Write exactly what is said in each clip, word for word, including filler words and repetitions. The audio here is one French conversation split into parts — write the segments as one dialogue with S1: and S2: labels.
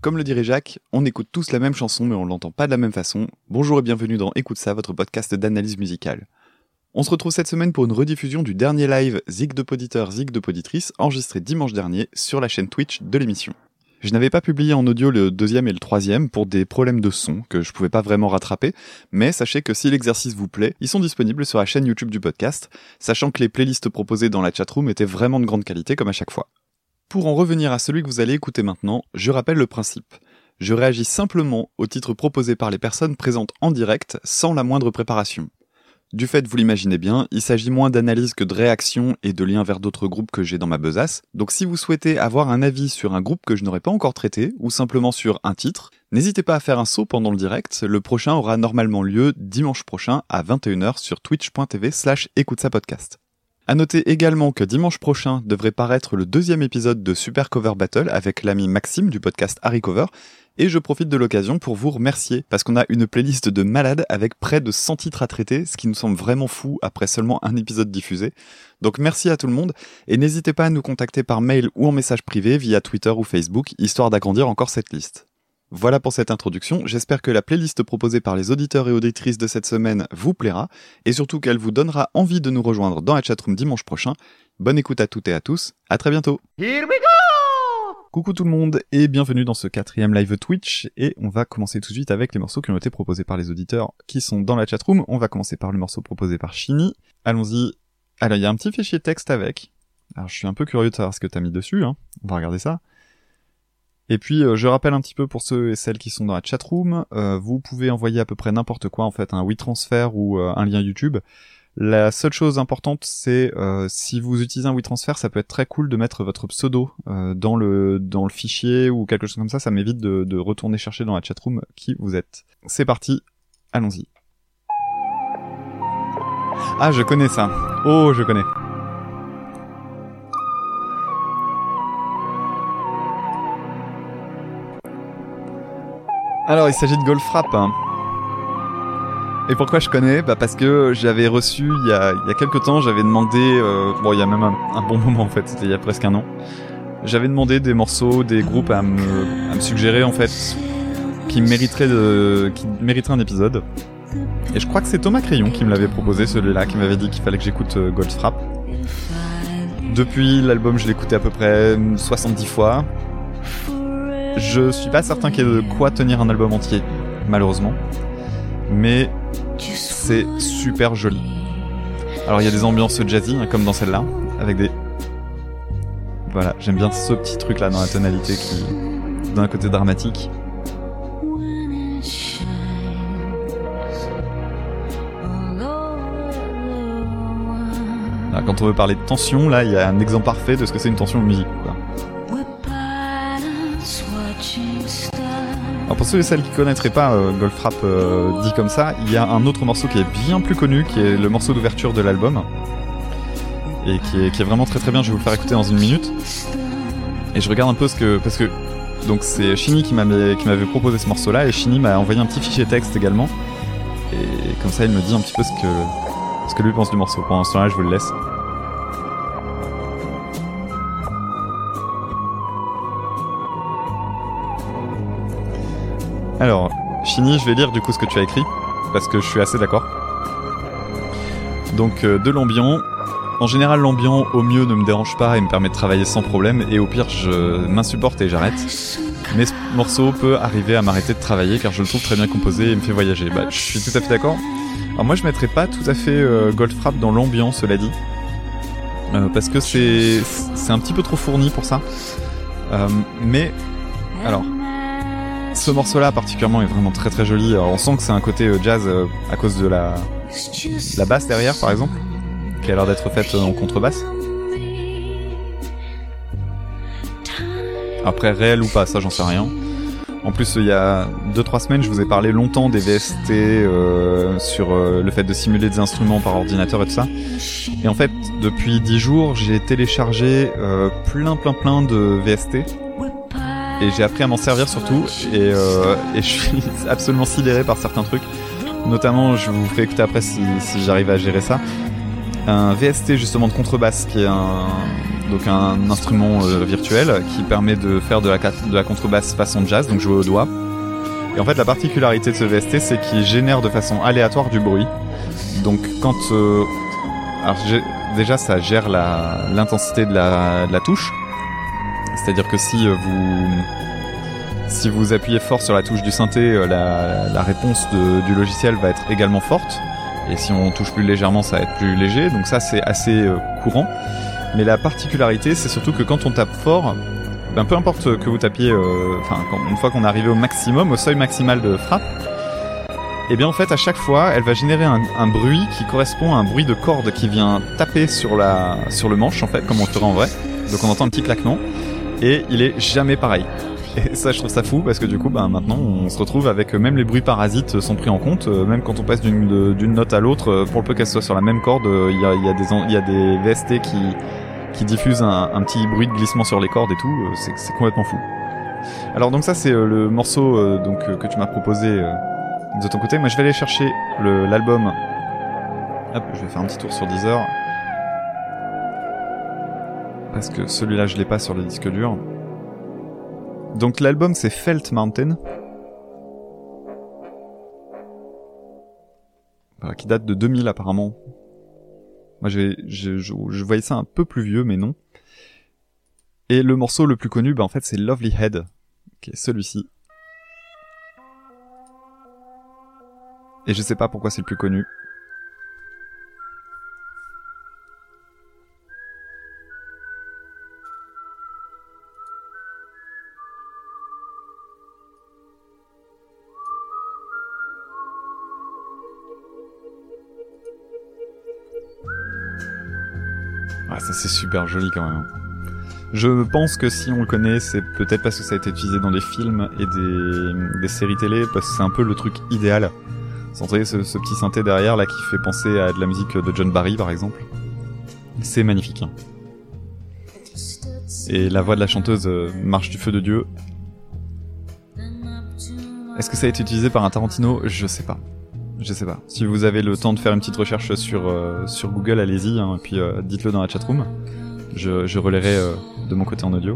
S1: Comme le dirait Jacques, on écoute tous la même chanson mais on l'entend pas de la même façon. Bonjour et bienvenue dans Écoute ça, votre podcast d'analyse musicale. On se retrouve cette semaine pour une rediffusion du dernier live Zig de Poditeur, Zig de Poditrice, enregistré dimanche dernier sur la chaîne Twitch de l'émission. Je n'avais pas publié en audio le deuxième et le troisième pour des problèmes de son que je pouvais pas vraiment rattraper, mais sachez que si l'exercice vous plaît, ils sont disponibles sur la chaîne YouTube du podcast, sachant que les playlists proposées dans la chatroom étaient vraiment de grande qualité comme à chaque fois. Pour en revenir à celui que vous allez écouter maintenant, je rappelle le principe. Je réagis simplement aux titres proposés par les personnes présentes en direct, sans la moindre préparation. Du fait, vous l'imaginez bien, il s'agit moins d'analyse que de réaction et de liens vers d'autres groupes que j'ai dans ma besace. Donc si vous souhaitez avoir un avis sur un groupe que je n'aurais pas encore traité, ou simplement sur un titre, n'hésitez pas à faire un saut pendant le direct. Le prochain aura normalement lieu dimanche prochain à vingt et une heures sur twitch.tv slash écoute ça podcast. À noter également que dimanche prochain devrait paraître le deuxième épisode de Super Cover Battle avec l'ami Maxime du podcast Harry Cover, et je profite de l'occasion pour vous remercier parce qu'on a une playlist de malades avec près de cent titres à traiter, ce qui nous semble vraiment fou après seulement un épisode diffusé. Donc merci à tout le monde, et n'hésitez pas à nous contacter par mail ou en message privé via Twitter ou Facebook, histoire d'agrandir encore cette liste. Voilà pour cette introduction, j'espère que la playlist proposée par les auditeurs et auditrices de cette semaine vous plaira, et surtout qu'elle vous donnera envie de nous rejoindre dans la chatroom dimanche prochain. Bonne écoute à toutes et à tous, à très bientôt. Here we go! Coucou tout le monde, et bienvenue dans ce quatrième live Twitch, et on va commencer tout de suite avec les morceaux qui ont été proposés par les auditeurs qui sont dans la chatroom. On va commencer par le morceau proposé par Shini. Allons-y. Alors il y a un petit fichier texte avec. Alors je suis un peu curieux de savoir ce que t'as mis dessus, hein. On va regarder ça. Et puis, euh, je rappelle un petit peu pour ceux et celles qui sont dans la chatroom, euh, vous pouvez envoyer à peu près n'importe quoi, en fait, un WeTransfer ou euh, un lien YouTube. La seule chose importante, c'est euh, si vous utilisez un WeTransfer, ça peut être très cool de mettre votre pseudo euh, dans le dans le fichier ou quelque chose comme ça, ça m'évite de, de retourner chercher dans la chatroom qui vous êtes. C'est parti, allons-y. Ah, je connais ça. Oh, je connais. Alors, il s'agit de Goldfrapp. Hein. Et pourquoi je connais ? Bah parce que j'avais reçu, il y a, il y a quelques temps, j'avais demandé... Euh, bon, il y a même un, un bon moment, en fait, c'était il y a presque un an. J'avais demandé des morceaux, des groupes à me, à me suggérer, en fait, qui mériteraient, de, qui mériteraient un épisode. Et je crois que c'est Thomas Crayon qui me l'avait proposé, celui-là, qui m'avait dit qu'il fallait que j'écoute euh, Goldfrapp. Depuis, l'album, je l'ai écouté à peu près soixante-dix fois. Je suis pas certain qu'il y ait de quoi tenir un album entier, malheureusement. Mais c'est super joli. Alors il y a des ambiances jazzy, hein, comme dans celle-là, avec des... Voilà, j'aime bien ce petit truc-là dans la tonalité qui donne un côté dramatique. Alors, quand on veut parler de tension, là, il y a un exemple parfait de ce que c'est une tension en musique, quoi. Alors pour ceux et celles qui connaîtraient pas euh, Goldfrapp euh, dit comme ça, il y a un autre morceau qui est bien plus connu, qui est le morceau d'ouverture de l'album, et qui est, qui est vraiment très très bien. Je vais vous le faire écouter dans une minute. Et je regarde un peu ce que... Parce que donc c'est Shini qui m'avait, qui m'avait proposé ce morceau-là, et Shini m'a envoyé un petit fichier texte également. Et comme ça il me dit un petit peu ce que, ce que lui pense du morceau. Pendant ce temps-là, je vous le laisse. Alors, Shini, je vais lire du coup ce que tu as écrit, parce que je suis assez d'accord. Donc, euh, de l'ambiant. En général, l'ambiant, au mieux, ne me dérange pas et me permet de travailler sans problème, et au pire, je m'insupporte et j'arrête. Mais ce morceau peut arriver à m'arrêter de travailler, car je le trouve très bien composé et me fait voyager. Bah, je suis tout à fait d'accord. Alors moi, je mettrais pas tout à fait euh, Goldfrapp dans l'ambiant, cela dit. Euh, parce que c'est, c'est un petit peu trop fourni pour ça. Euh, mais, alors... Ce morceau-là particulièrement est vraiment très très joli. Alors, on sent que c'est un côté euh, jazz euh, à cause de la, la basse derrière, par exemple, qui a l'air d'être faite en contrebasse. Après, réel ou pas, ça j'en sais rien. En plus, il y a deux trois semaines, je vous ai parlé longtemps des V S T euh, sur euh, le fait de simuler des instruments par ordinateur et tout ça. Et en fait, depuis dix jours, j'ai téléchargé euh, plein plein plein de V S T. Et j'ai appris à m'en servir surtout, et, euh, et je suis absolument sidéré par certains trucs. Notamment, je vous ferai écouter après si, si j'arrive à gérer ça. Un V S T justement de contrebasse, qui est un, donc un instrument euh, virtuel qui permet de faire de la, de la contrebasse façon jazz, donc jouer au doigt. Et en fait, la particularité de ce V S T, c'est qu'il génère de façon aléatoire du bruit. Donc quand... Euh, alors déjà, ça gère la, l'intensité de la, de la touche. C'est-à-dire que si vous... Si vous appuyez fort sur la touche du synthé, la, la réponse de, du logiciel va être également forte. Et si on touche plus légèrement, ça va être plus léger. Donc ça, c'est assez euh, courant. Mais la particularité, c'est surtout que quand on tape fort, ben, peu importe que vous tapiez, enfin, euh, une fois qu'on est arrivé au maximum, au seuil maximal de frappe, et bien en fait, à chaque fois, elle va générer un, un bruit qui correspond à un bruit de corde qui vient taper sur, la, sur le manche, en fait, comme on le ferait en vrai. Donc on entend un petit claquement. Et il est jamais pareil. Et ça, je trouve ça fou parce que du coup, bah, maintenant, on se retrouve avec même les bruits parasites sont pris en compte, même quand on passe d'une, de, d'une note à l'autre, pour le peu qu'elle soit sur la même corde, il y a, il y a des, il y a des V S T qui, qui diffusent un, un petit bruit de glissement sur les cordes et tout. C'est, c'est complètement fou. Alors donc ça, c'est le morceau euh, donc que tu m'as proposé euh, de ton côté. Moi, je vais aller chercher le, l'album. Hop, je vais faire un petit tour sur Deezer parce que celui-là, je l'ai pas sur le disque dur. Donc l'album c'est Felt Mountain, voilà, qui date de deux mille apparemment. Moi je, je, je, je voyais ça un peu plus vieux mais non. Et le morceau le plus connu, bah en fait c'est Lovely Head, qui est celui-ci. Et je sais pas pourquoi c'est le plus connu. Ah, ça c'est super joli quand même. Je pense que si on le connaît, c'est peut-être parce que ça a été utilisé dans des films et des, des séries télé, parce que c'est un peu le truc idéal. Vous entendez ce, ce petit synthé derrière là qui fait penser à de la musique de John Barry par exemple. C'est magnifique. Hein. Et la voix de la chanteuse euh, marche du feu de Dieu. Est-ce que ça a été utilisé par un Tarantino ? Je sais pas. Je sais pas. Si vous avez le temps de faire une petite recherche sur euh, sur Google, allez-y, hein, et puis euh, dites-le dans la chatroom. Je, je relayerai euh, de mon côté en audio.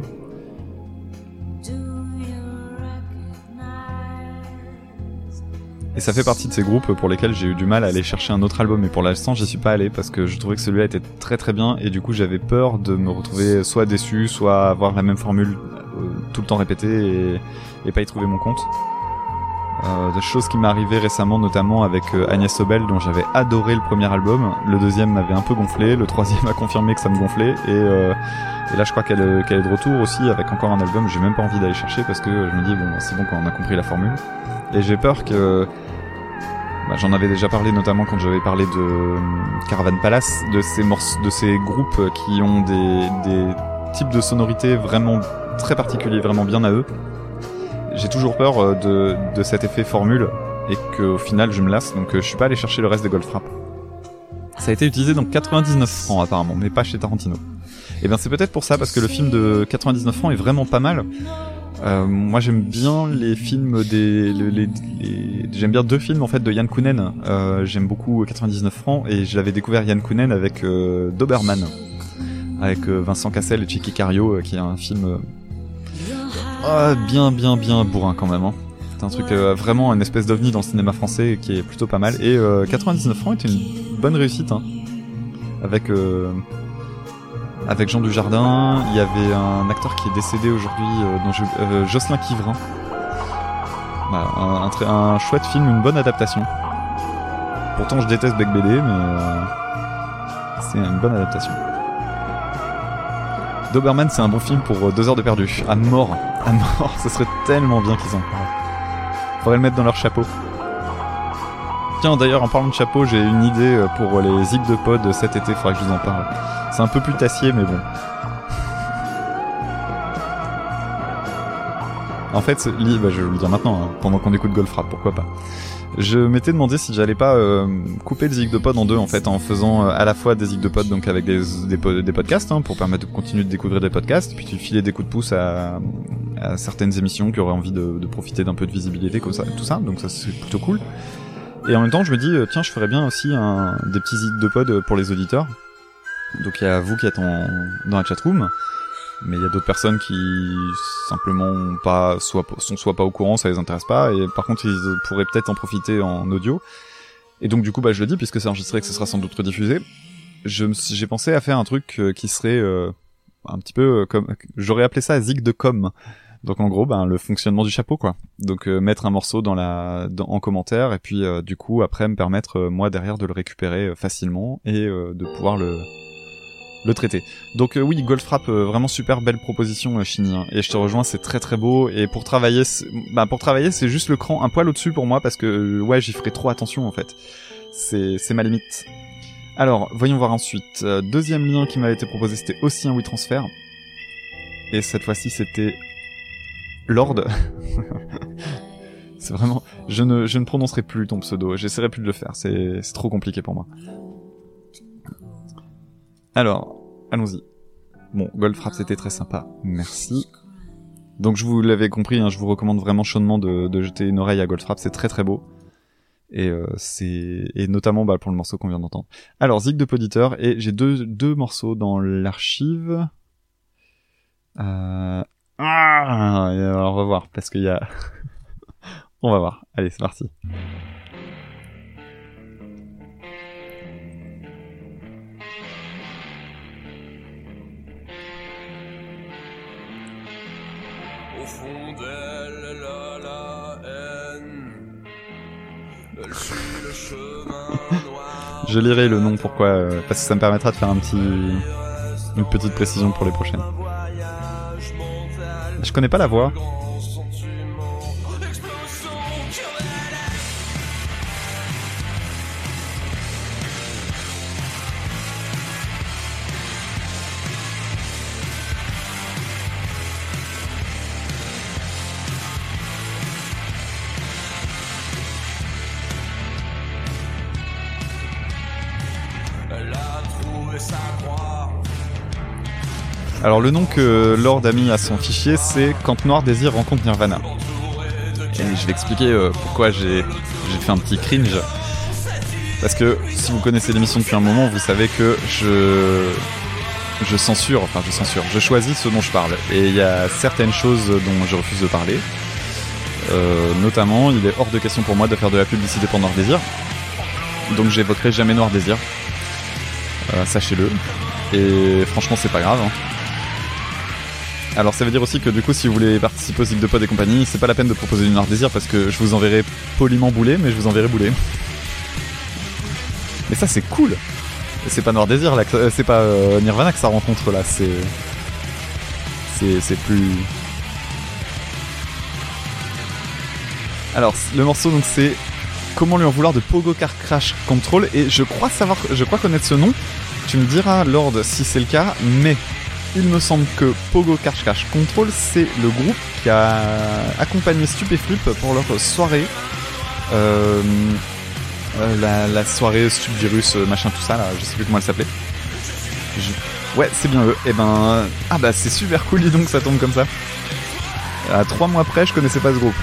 S1: Et ça fait partie de ces groupes pour lesquels j'ai eu du mal à aller chercher un autre album, et pour l'instant j'y suis pas allé parce que je trouvais que celui-là était très très bien, et du coup j'avais peur de me retrouver soit déçu, soit avoir la même formule euh, tout le temps répétée et, et pas y trouver mon compte. Euh, des choses qui m'est arrivé récemment, notamment avec euh, Agnès Sobel, dont j'avais adoré le premier album. Le deuxième m'avait un peu gonflé, le troisième a confirmé que ça me gonflait, et, euh, et là je crois qu'elle, qu'elle est de retour aussi avec encore un album. J'ai même pas envie d'aller chercher parce que je me dis bon, c'est bon quand on a compris la formule. Et j'ai peur que, bah, j'en avais déjà parlé notamment quand j'avais parlé de euh, Caravan Palace, de ces morceaux, de ces groupes qui ont des, des types de sonorités vraiment très particuliers, vraiment bien à eux. J'ai toujours peur de, de cet effet formule et qu'au final je me lasse, donc je suis pas allé chercher le reste des Goldfrapp. Ça a été utilisé dans quatre-vingt-dix-neuf francs apparemment, mais pas chez Tarantino. Et bien c'est peut-être pour ça, parce que le film de quatre-vingt-dix-neuf francs est vraiment pas mal. Euh, moi j'aime bien les films des... Les, les, les, j'aime bien deux films en fait de Yann Kounen. Euh, j'aime beaucoup quatre-vingt-dix-neuf francs, et je l'avais découvert Yann Kounen avec euh, Doberman, avec euh, Vincent Cassel et Chicky Cario, euh, qui est un film... Euh, Ah, bien, bien, bien bourrin quand même. Hein. C'est un truc euh, vraiment une espèce d'ovni dans le cinéma français qui est plutôt pas mal. Et euh, quatre-vingt-dix-neuf francs était une bonne réussite. Hein. Avec euh, avec Jean Dujardin, il y avait un acteur qui est décédé aujourd'hui, euh, dont je, euh, Jocelyn Quivrin. Voilà, un, un, très, un chouette film, une bonne adaptation. Pourtant, je déteste Bec B D, mais euh, c'est une bonne adaptation. Doberman, c'est un bon film pour deux heures de perdu. À mort, à mort, ce serait tellement bien qu'ils en parlent. Faudrait le mettre dans leur chapeau. Tiens, d'ailleurs, en parlant de chapeau, j'ai une idée pour les zigs de pod cet été, faudrait que je vous en parle. C'est un peu plus tassier, mais bon. En fait, bah, je vais vous le dire maintenant, hein, pendant qu'on écoute Goldfrapp, pourquoi pas. Je m'étais demandé si j'allais pas euh, couper le zig de pod en deux en fait, en faisant euh, à la fois des zig de pod donc avec des des, des podcasts hein, pour permettre de continuer de découvrir des podcasts, puis tu filer des coups de pouce à, à certaines émissions qui auraient envie de, de profiter d'un peu de visibilité comme ça, tout ça, donc ça c'est plutôt cool. Et en même temps je me dis euh, tiens, je ferais bien aussi un, des petits zig de pod pour les auditeurs. Donc il y a vous qui êtes en, dans la chatroom, mais il y a d'autres personnes qui simplement ont pas, soit, sont soit pas au courant, ça les intéresse pas, et par contre ils pourraient peut-être en profiter en audio. Et donc du coup bah je le dis, puisque c'est enregistré et que ce sera sans doute rediffusé, je, j'ai pensé à faire un truc qui serait euh, un petit peu comme, j'aurais appelé ça zig de com. Donc en gros, ben le fonctionnement du chapeau, quoi. Donc euh, mettre un morceau dans la dans, en commentaire et puis euh, du coup après me permettre euh, moi derrière de le récupérer euh, facilement et euh, de pouvoir le le traiter. Donc euh, oui, Goldfrapp, euh, vraiment super belle proposition, euh, Chini. Hein. Et je te rejoins, c'est très très beau. Et pour travailler, c'est... bah pour travailler, c'est juste le cran un poil au-dessus pour moi parce que euh, ouais, j'y ferai trop attention en fait. C'est c'est ma limite. Alors voyons voir ensuite. Euh, deuxième lien qui m'avait été proposé, c'était aussi un WeTransfer. Et cette fois-ci, c'était Lord. C'est vraiment, je ne, je ne prononcerai plus ton pseudo, j'essaierai plus de le faire, c'est, c'est trop compliqué pour moi. Alors, allons-y. Bon, Goldfrapp c'était très sympa, merci. Donc je vous l'avais compris, hein, je vous recommande vraiment chaudement de, de jeter une oreille à Goldfrapp, c'est très très beau. Et euh, c'est, et notamment bah, pour le morceau qu'on vient d'entendre. Alors, Zig de Poditeur, et j'ai deux, deux morceaux dans l'archive. Euh... Ah, alors on va voir, parce qu'il y a... on va voir, allez c'est parti. Au fond d'elle, elle a la haine. Elle suit le chemin noir. Je lirai le nom, pourquoi euh, parce que ça me permettra de faire un petit... une petite précision pour les prochaines. Je connais pas la voix. Alors le nom que Lord a mis à son fichier, c'est Quand Noir Désir rencontre Nirvana. Et je vais expliquer euh, pourquoi j'ai, j'ai fait un petit cringe. Parce que si vous connaissez l'émission depuis un moment, vous savez que je, je censure, enfin je censure, je choisis ce dont je parle. Et il y a certaines choses dont je refuse de parler. Euh, notamment, il est hors de question pour moi de faire de la publicité pour Noir Désir. Donc j'évoquerai jamais Noir Désir. Euh, sachez-le. Et franchement, c'est pas grave. Hein. Alors ça veut dire aussi que du coup si vous voulez participer au Zig de Pod et compagnie, c'est pas la peine de proposer du Noir Désir parce que je vous enverrai poliment bouler, mais je vous enverrai bouler. Mais ça c'est cool. C'est pas Noir Désir là, que, c'est pas euh, Nirvana que ça rencontre là, c'est c'est c'est plus. Alors le morceau donc c'est Comment lui en vouloir de Pogo Car Crash Control et je crois savoir, je crois connaître ce nom. Tu me diras Lord si c'est le cas, mais il me semble que Pogo Car Crash Control, c'est le groupe qui a accompagné Stupéflip pour leur soirée. Euh, euh, la, la soirée Stupvirus, machin tout ça, là, je sais plus comment elle s'appelait. Je... Ouais, c'est bien eux. Et ben, ah bah c'est super cool, dis donc, ça tombe comme ça. À trois mois près, je connaissais pas ce groupe.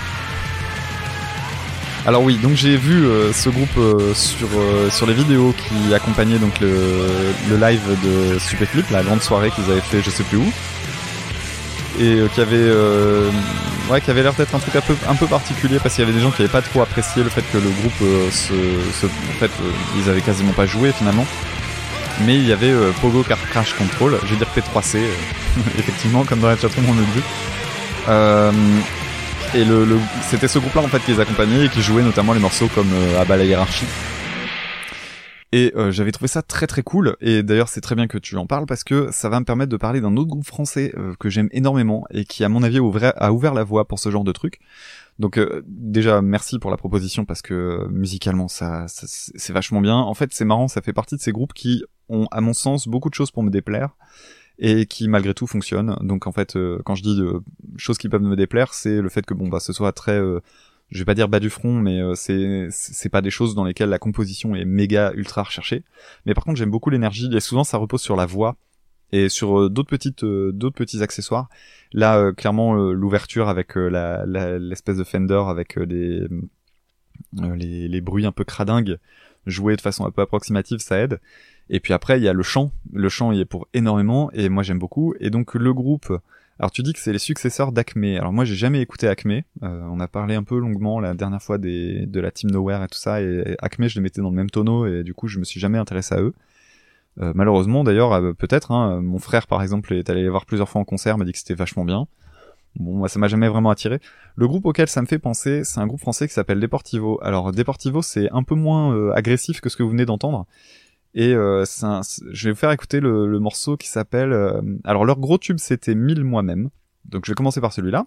S1: Alors oui, donc j'ai vu euh, ce groupe euh, sur euh, sur les vidéos qui accompagnaient donc le, le live de Stupéflip, la grande soirée qu'ils avaient fait je sais plus où, et euh, qui avait euh, ouais qui avait l'air d'être un truc un peu un peu particulier parce qu'il y avait des gens qui avaient pas trop apprécié le fait que le groupe euh, se, se en fait euh, ils avaient quasiment pas joué finalement, mais il y avait euh, Pogo Car Crash Control, je vais dire P trois C euh, effectivement comme dans la chatroom on le dit. Euh, Et le, le, c'était ce groupe-là en fait qui les accompagnait et qui jouait notamment les morceaux comme euh, À bas la hiérarchie. Et euh, j'avais trouvé ça très très cool. Et d'ailleurs c'est très bien que tu en parles parce que ça va me permettre de parler d'un autre groupe français euh, que j'aime énormément et qui à mon avis a ouvert, a ouvert la voie pour ce genre de truc. Donc euh, déjà merci pour la proposition parce que euh, musicalement ça, ça c'est vachement bien. En fait c'est marrant, ça fait partie de ces groupes qui ont à mon sens beaucoup de choses pour me déplaire. Et qui malgré tout fonctionne. Donc en fait, euh, quand je dis de choses qui peuvent me déplaire, c'est le fait que bon bah ce soit très, euh, je vais pas dire bas du front, mais euh, c'est c'est pas des choses dans lesquelles la composition est méga ultra recherchée. Mais par contre, j'aime beaucoup l'énergie et souvent ça repose sur la voix et sur euh, d'autres petites euh, d'autres petits accessoires. Là, euh, clairement, euh, l'ouverture avec euh, la, la l'espèce de Fender avec euh, les, euh, les les bruits un peu cradingues. jouer de façon un peu approximative, ça aide. Et puis après, il y a le chant. Le chant, il est pour énormément, et moi j'aime beaucoup. Et donc le groupe... Alors tu dis que c'est les successeurs d'Acme. Alors moi j'ai jamais écouté Acme. Euh, on a parlé un peu longuement la dernière fois des, de la Team Nowhere et tout ça. Et Acme, je les mettais dans le même tonneau, et du coup je me suis jamais intéressé à eux. Euh, malheureusement d'ailleurs, euh, peut-être. Hein, mon frère par exemple est allé les voir plusieurs fois en concert, m'a dit que c'était vachement bien. Bon, moi ça m'a jamais vraiment attiré. Le groupe auquel ça me fait penser, c'est un groupe français qui s'appelle Deportivo. Alors Deportivo, c'est un peu moins euh, agressif que ce que vous venez d'entendre. Et euh, c'est un, c'est, je vais vous faire écouter le, le morceau qui s'appelle... Euh, alors leur gros tube c'était Mille moi-même. Donc je vais commencer par celui-là.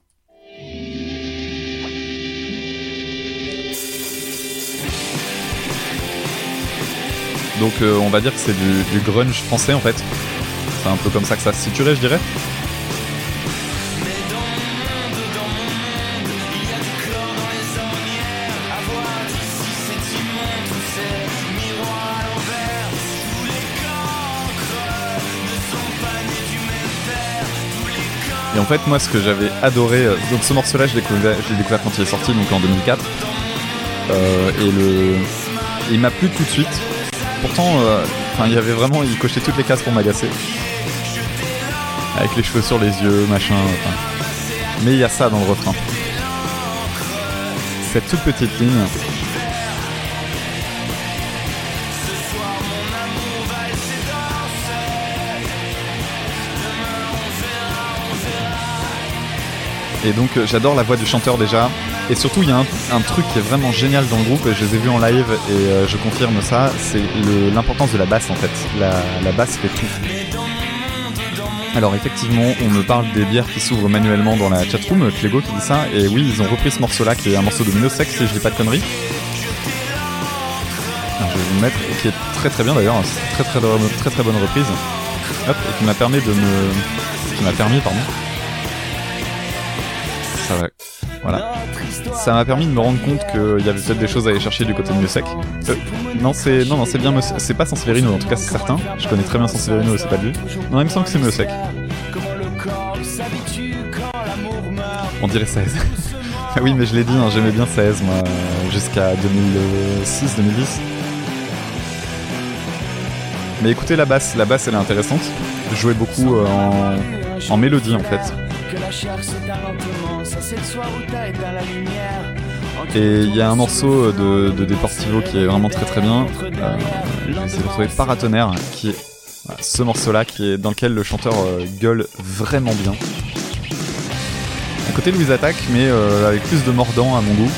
S1: Donc euh, on va dire que c'est du, du grunge français en fait. C'est un peu comme ça que ça se situerait, je dirais. Et en fait, moi, ce que j'avais adoré, euh, donc ce morceau-là, je l'ai découvert, je l'ai découvert quand il est sorti, donc en deux mille quatre. Euh, et le, il m'a plu tout de suite. Pourtant, euh, enfin, il y avait vraiment, il cochait toutes les cases pour m'agacer. Avec les cheveux sur les yeux, machin. Enfin. Mais il y a ça dans le refrain. Cette toute petite ligne. Et donc euh, j'adore la voix du chanteur déjà. Et surtout il y a un, un truc qui est vraiment génial dans le groupe, et je les ai vus en live et euh, je confirme ça, c'est le, l'importance de la basse en fait. La, la basse fait tout. Alors effectivement, on me parle des bières qui s'ouvrent manuellement dans la chatroom, Clégo qui dit ça, et oui, ils ont repris ce morceau-là qui est un morceau de Nosek si je dis pas de conneries. Alors, je vais vous le mettre, qui est très très bien d'ailleurs, c'est une très très, très très très bonne reprise. Hop, et qui m'a permis de me... qui m'a permis, pardon. Ça va. Voilà. Ça m'a permis de me rendre compte qu'il y avait peut-être des choses à aller chercher du côté de Miossec. Euh, non, c'est non, non, c'est bien Miossec. C'est pas Sanseverino, en tout cas c'est certain. Je connais très bien Sanseverino et c'est pas lui. Non, il me semble que c'est Miossec. On dirait seize. Ah oui, mais je l'ai dit, hein, j'aimais bien seize, moi, jusqu'à deux mille six deux mille dix. Mais écoutez la basse, la basse elle est intéressante. Je jouais beaucoup euh, en, en mélodie en fait. Et il y a un morceau de, de Deportivo qui est vraiment très très bien. Euh, je vais essayer de retrouver Paratonnerre, qui est voilà, ce morceau-là, qui est dans lequel le chanteur euh, gueule vraiment bien. À côté Louise Attaque, mais euh, avec plus de mordant à mon goût.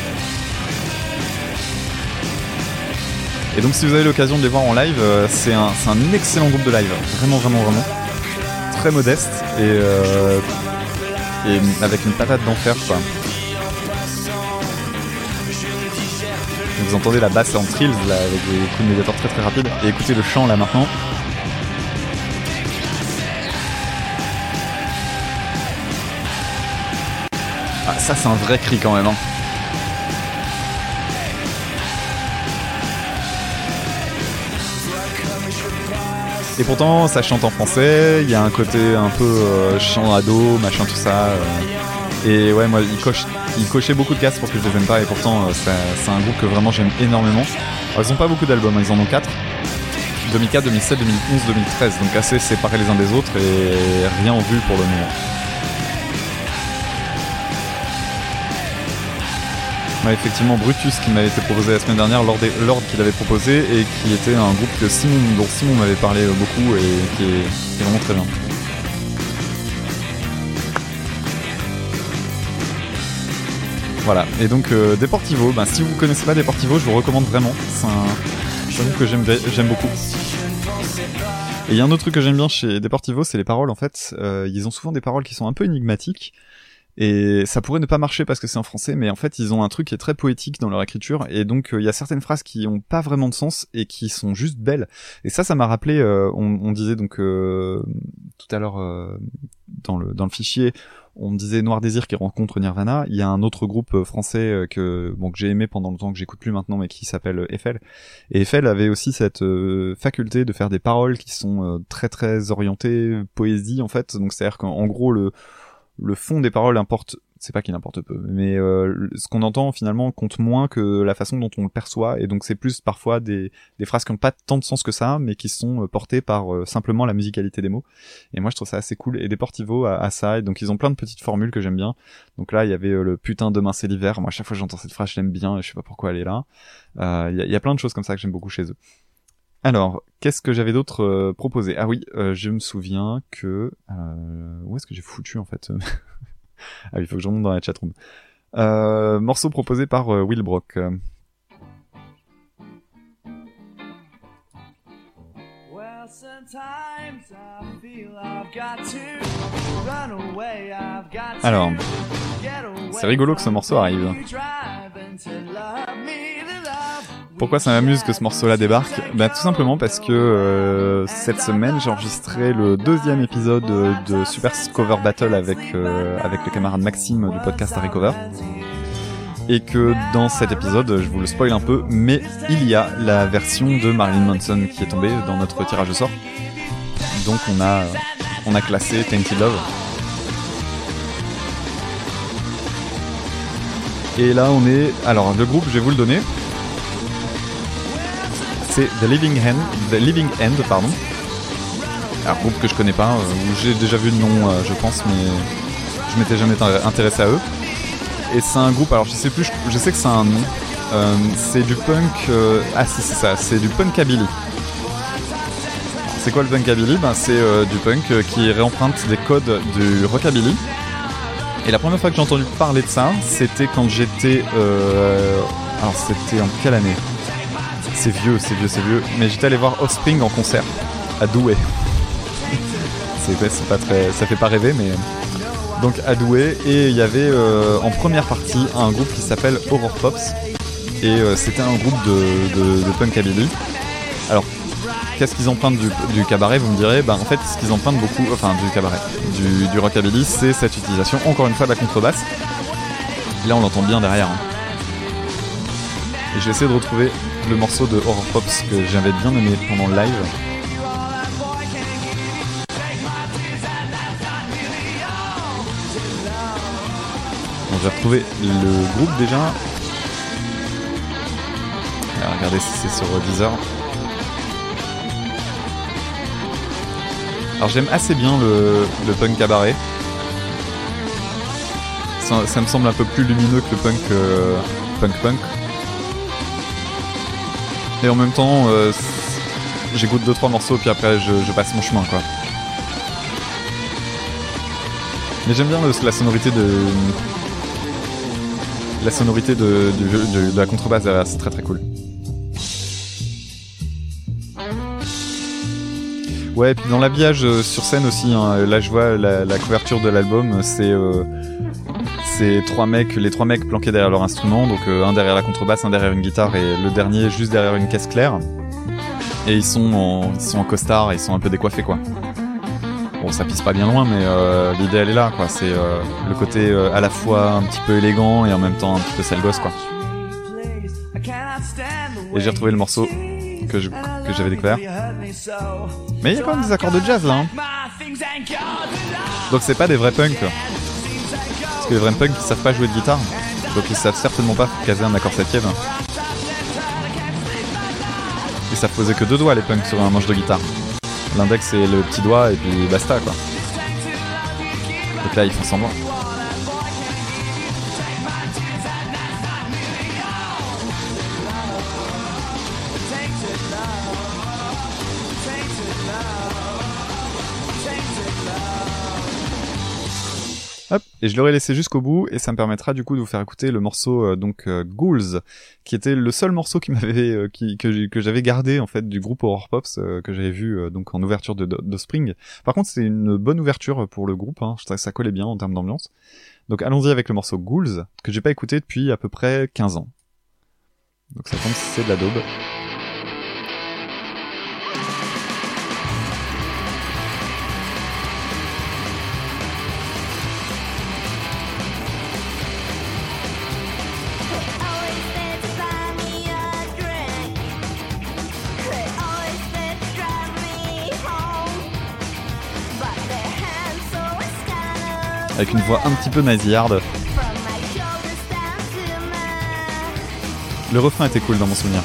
S1: Et donc si vous avez l'occasion de les voir en live, euh, c'est un, c'est un excellent groupe de live, vraiment vraiment vraiment. Très modeste et, euh, et avec une patate d'enfer quoi. Vous entendez la basse en trills là, avec des coups de médiator très très rapides. Et écoutez le chant là maintenant. Ah, ça c'est un vrai cri quand même hein. Et pourtant ça chante en français, il y a un côté un peu euh, chant ado, machin tout ça. Euh, et ouais moi il coche, il cochait beaucoup de cases pour que je les aime pas, et pourtant euh, c'est, c'est un groupe que vraiment j'aime énormément. Alors ils ont pas beaucoup d'albums, ils en ont quatre. deux mille quatre, deux mille sept, deux mille onze, deux mille treize, donc assez séparés les uns des autres et rien en vue pour le moment. Ouais, effectivement, Brutus qui m'avait été proposé la semaine dernière, Lord, Lord qui l'avait proposé et qui était un groupe que Simon, dont Simon m'avait parlé beaucoup et qui est, qui est vraiment très bien. Voilà, et donc euh, Deportivo, bah, si vous ne connaissez pas Deportivo, je vous recommande vraiment, c'est un, c'est un groupe que j'aime, j'aime beaucoup. Et il y a un autre truc que j'aime bien chez Deportivo, c'est les paroles en fait, euh, ils ont souvent des paroles qui sont un peu énigmatiques. Et ça pourrait ne pas marcher parce que c'est en français, mais en fait ils ont un truc qui est très poétique dans leur écriture, et donc il euh, y a certaines phrases qui ont pas vraiment de sens et qui sont juste belles. Et ça, ça m'a rappelé, euh, on, on disait donc euh, tout à l'heure euh, dans le dans le fichier, on me disait Noir Désir qui rencontre Nirvana. Il y a un autre groupe français que bon que j'ai aimé pendant longtemps, que j'écoute plus maintenant, mais qui s'appelle Eiffel. Et Eiffel avait aussi cette euh, faculté de faire des paroles qui sont euh, très très orientées poésie en fait. Donc c'est à dire qu'en gros le Le fond des paroles importe c'est pas qu'il importe peu, mais euh, ce qu'on entend finalement compte moins que la façon dont on le perçoit, et donc c'est plus parfois des, des phrases qui n'ont pas tant de sens que ça, mais qui sont euh, portées par euh, simplement la musicalité des mots. Et moi je trouve ça assez cool, et Deportivo a, a ça, et donc ils ont plein de petites formules que j'aime bien. Donc là il y avait euh, le putain demain c'est l'hiver, moi à chaque fois que j'entends cette phrase je l'aime bien, et je sais pas pourquoi elle est là. Il euh, y, a, y a plein de choses comme ça que j'aime beaucoup chez eux. Alors, qu'est-ce que j'avais d'autre euh, proposé ? Ah oui, euh, je me souviens que... Euh, où est-ce que j'ai foutu en fait ? Ah oui, il faut que je remonte dans la chatroom. Euh, morceau proposé par euh, Will Brock. Alors, c'est rigolo que ce morceau arrive. Pourquoi ça m'amuse que ce morceau-là débarque ? Bah tout simplement parce que euh, cette semaine j'ai enregistré le deuxième épisode de Super Cover Battle avec euh, avec le camarade Maxime du podcast Harry Cover. Et que dans cet épisode, je vous le spoil un peu, mais il y a la version de Marilyn Manson qui est tombée dans notre tirage au sort. Donc on a on a classé Tainted Love. Et là on est... Alors le groupe, je vais vous le donner. C'est The Living End, The Living End, pardon. Alors groupe que je connais pas, euh, où j'ai déjà vu le nom, euh, je pense, mais je m'étais jamais intéressé à eux. Et c'est un groupe, alors je sais plus, je, je sais que c'est un nom. Euh, c'est du punk. Euh, ah si c'est ça, c'est du punkabilly. Alors, c'est quoi le punkabilly ? Ben c'est euh, du punk euh, qui réemprunte des codes du rockabilly. Et la première fois que j'ai entendu parler de ça, c'était quand j'étais. Euh, alors c'était en quelle année ? C'est vieux, c'est vieux, c'est vieux. Mais j'étais allé voir Offspring en concert à Douai. c'est, ouais, c'est pas très, ça fait pas rêver, mais donc à Douai. Et il y avait euh, en première partie un groupe qui s'appelle Horror Pops. Et euh, c'était un groupe de, de, de punkabilly. Alors, qu'est-ce qu'ils empruntent du, du cabaret ? Vous me direz, bah en fait, ce qu'ils empruntent beaucoup, enfin du cabaret, du, du rockabilly, c'est cette utilisation encore une fois de la contrebasse. Là, on l'entend bien derrière. Hein. Et je vais essayer de retrouver le morceau de Horror Pops que j'avais bien aimé pendant le live. Bon, j'ai retrouvé le groupe déjà. Alors, regardez si c'est sur Deezer. Alors j'aime assez bien le, le punk cabaret. Ça, ça me semble un peu plus lumineux que le punk euh, punk punk. Et en même temps, euh, j'écoute deux trois morceaux puis après je, je passe mon chemin quoi. Mais j'aime bien le, la sonorité de la sonorité de, de, de, de la contrebasse derrière, c'est très très cool. Ouais, et puis dans l'habillage euh, sur scène aussi, hein, là je vois la, la couverture de l'album, c'est euh, c'est trois mecs, les trois mecs planqués derrière leur instrument, donc euh, un derrière la contrebasse, un derrière une guitare et le dernier juste derrière une caisse claire. Et ils sont en, ils sont en costard, et ils sont un peu décoiffés quoi. Bon, ça pisse pas bien loin, mais euh, l'idée elle est là quoi. C'est euh, le côté euh, à la fois un petit peu élégant et en même temps un petit peu sale gosse quoi. Et j'ai retrouvé le morceau que, je, que j'avais découvert. Mais il y a quand même des accords de jazz là. Hein. Donc c'est pas des vrais punks. Parce que les vrais punks ils savent pas jouer de guitare. Donc ils savent certainement pas caser un accord septième. Ils savent poser que deux doigts les punks sur un manche de guitare. L'index c'est le petit doigt et puis basta quoi. Donc là ils font semblant. Hop, et je l'aurais laissé jusqu'au bout et ça me permettra du coup de vous faire écouter le morceau euh, donc euh, Ghouls, qui était le seul morceau qui m'avait euh, qui que, que j'avais gardé en fait du groupe Horror Pops euh, que j'avais vu euh, donc en ouverture de, de, de Spring. Par contre, c'est une bonne ouverture pour le groupe, hein, je trouvais que ça collait bien en termes d'ambiance. Donc allons-y avec le morceau Ghouls que j'ai pas écouté depuis à peu près quinze ans. Donc ça tombe, c'est de la daube. Avec une voix un petit peu nasillarde. Le refrain était cool dans mon souvenir.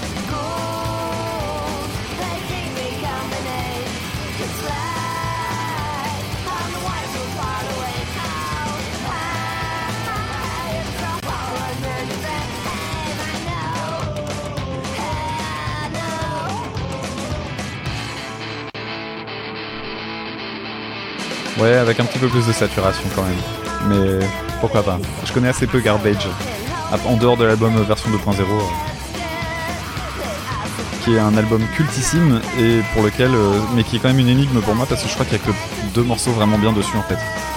S1: Ouais, avec un petit peu plus de saturation quand même. Mais pourquoi pas. Je connais assez peu Garbage. En dehors de l'album version deux point zéro. Qui est un album cultissime et pour lequel... Euh, mais qui est quand même une énigme pour moi parce que je crois qu'il n'y a que deux morceaux vraiment bien dessus en fait.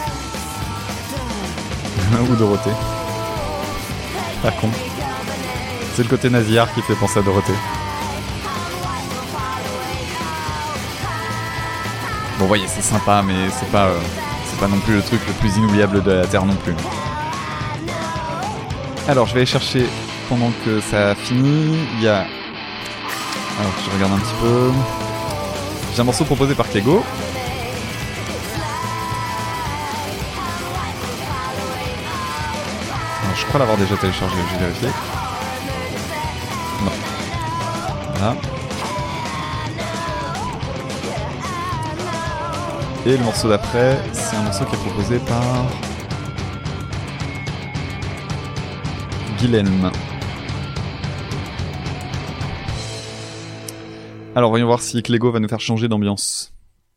S1: Ou Dorothée. Pas con. C'est le côté nasillard qui fait penser à Dorothée. Bon, voyez, c'est sympa, mais c'est pas, euh, c'est pas non plus le truc le plus inoubliable de la Terre non plus. Alors, je vais aller chercher, pendant que ça finit, il y a... Alors, je regarde un petit peu... J'ai un morceau proposé par Clégo. Alors, je crois l'avoir déjà téléchargé, je vais vérifier. Non. Voilà. Et le morceau d'après, c'est un morceau qui est proposé par Guilhem. Alors voyons voir si Clégo va nous faire changer d'ambiance.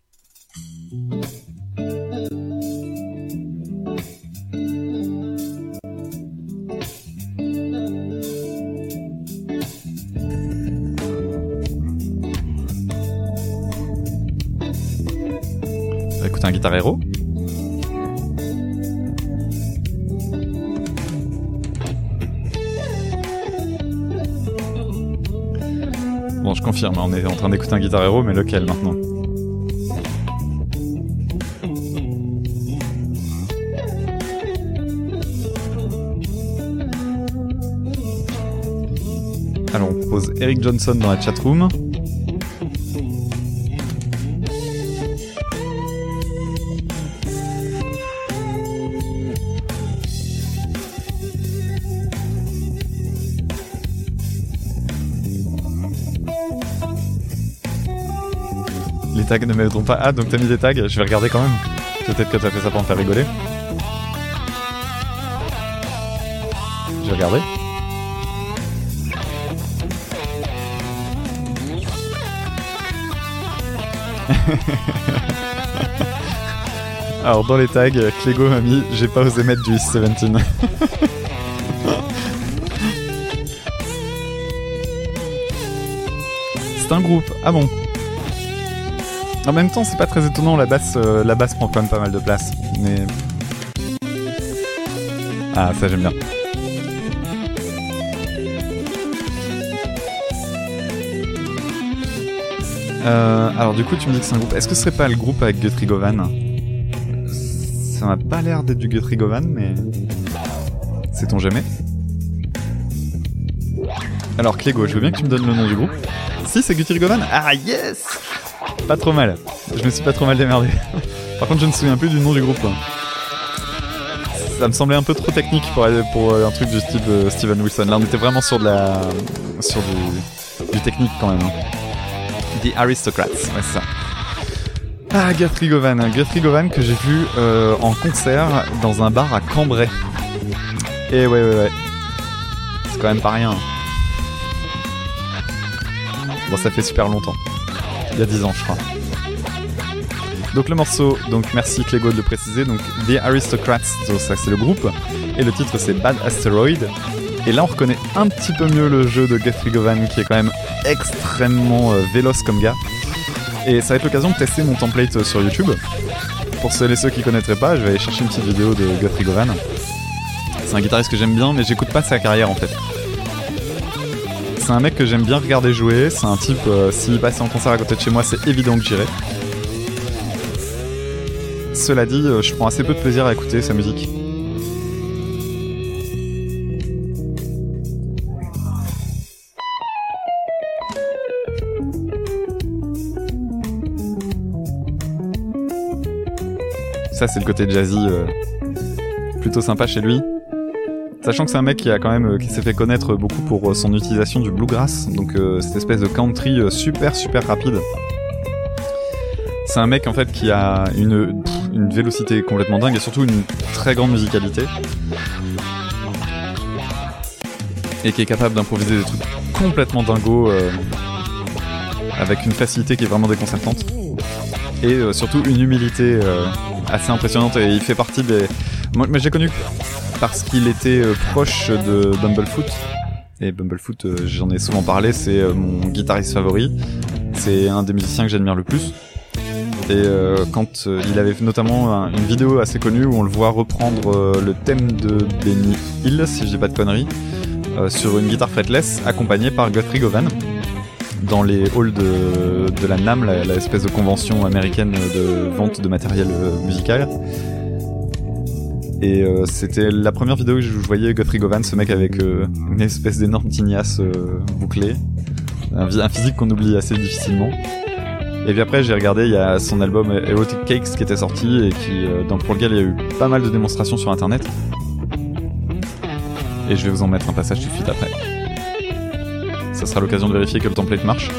S1: On va écouter un Guitar Hero. Bon, je confirme, on est en train d'écouter un Guitar Hero, mais lequel maintenant ? Alors, on propose Eric Johnson dans la chatroom. Les tags ne m'aideront pas. Ah, donc t'as mis des tags, je vais regarder quand même. Peut-être que t'as fait ça pour me faire rigoler. Je vais regarder. Alors dans les tags, Clégo m'a mis j'ai pas osé mettre du East dix-sept. C'est un groupe. Ah bon. En même temps, c'est pas très étonnant, la basse, euh, la basse prend quand même pas mal de place. Mais... Ah, ça j'aime bien. Euh, alors du coup, tu me dis que c'est un groupe. Est-ce que ce serait pas le groupe avec Guthrie Govan ? Ça m'a pas l'air d'être du Guthrie Govan, mais... Sait-on jamais ? Alors Clégo, je veux bien que tu me donnes le nom du groupe. Si, c'est Guthrie Govan ? Ah, yes ! Pas trop mal. Je me suis pas trop mal démerdé. Par contre, je ne me souviens plus du nom du groupe. Ça me semblait un peu trop technique pour, pour un truc du style de Steven Wilson. Là, on était vraiment sur de la... sur du, du technique quand même. The Aristocrats, ouais, c'est ça. Ah, Guthrie Govan. Guthrie Govan que j'ai vu euh, en concert dans un bar à Cambrai. Et ouais, ouais, ouais. C'est quand même pas rien. Bon, ça fait super longtemps. Il y a dix ans, je crois. Donc le morceau, donc merci Clégo de le préciser, donc The Aristocrats, donc ça c'est le groupe, et le titre c'est Bad Asteroid. Et là on reconnaît un petit peu mieux le jeu de Guthrie Govan qui est quand même extrêmement euh, véloce comme gars. Et ça va être l'occasion de tester mon template sur YouTube. Pour celles et ceux qui connaîtraient pas, je vais aller chercher une petite vidéo de Guthrie Govan. C'est un guitariste que j'aime bien, mais j'écoute pas sa carrière en fait. C'est un mec que j'aime bien regarder jouer, c'est un type, euh, s'il passait en concert à côté de chez moi, c'est évident que j'irais. Cela dit, euh, je prends assez peu de plaisir à écouter sa musique. Ça, c'est le côté jazzy, euh, plutôt sympa chez lui. Sachant que c'est un mec qui a quand même qui s'est fait connaître beaucoup pour son utilisation du bluegrass, donc euh, cette espèce de country super super rapide. C'est un mec en fait qui a une une vélocité complètement dingue et surtout une très grande musicalité et qui est capable d'improviser des trucs complètement dingos euh, avec une facilité qui est vraiment déconcertante et euh, surtout une humilité euh, assez impressionnante. Et il fait partie des... Moi, moi j'ai connu parce qu'il était euh, proche de Bumblefoot, et Bumblefoot euh, j'en ai souvent parlé, c'est euh, mon guitariste favori, c'est un des musiciens que j'admire le plus. Et euh, quand euh, il avait notamment un, une vidéo assez connue où on le voit reprendre euh, le thème de Benny Hill, si je dis pas de conneries, euh, sur une guitare fretless accompagnée par Guthrie Govan dans les halls de, de la N A M, la, la espèce de convention américaine de vente de matériel euh, musical. Et euh, c'était la première vidéo que je voyais Guthrie Govan, ce mec avec euh, une espèce d'énorme tignasse euh, bouclée, un, un physique qu'on oublie assez difficilement. Et puis après j'ai regardé, il y a son album Erotic Cakes qui était sorti et qui, euh, dans, pour lequel il y a eu pas mal de démonstrations sur internet. Et je vais vous en mettre un passage tout de suite après. Ça sera l'occasion de vérifier que le template marche.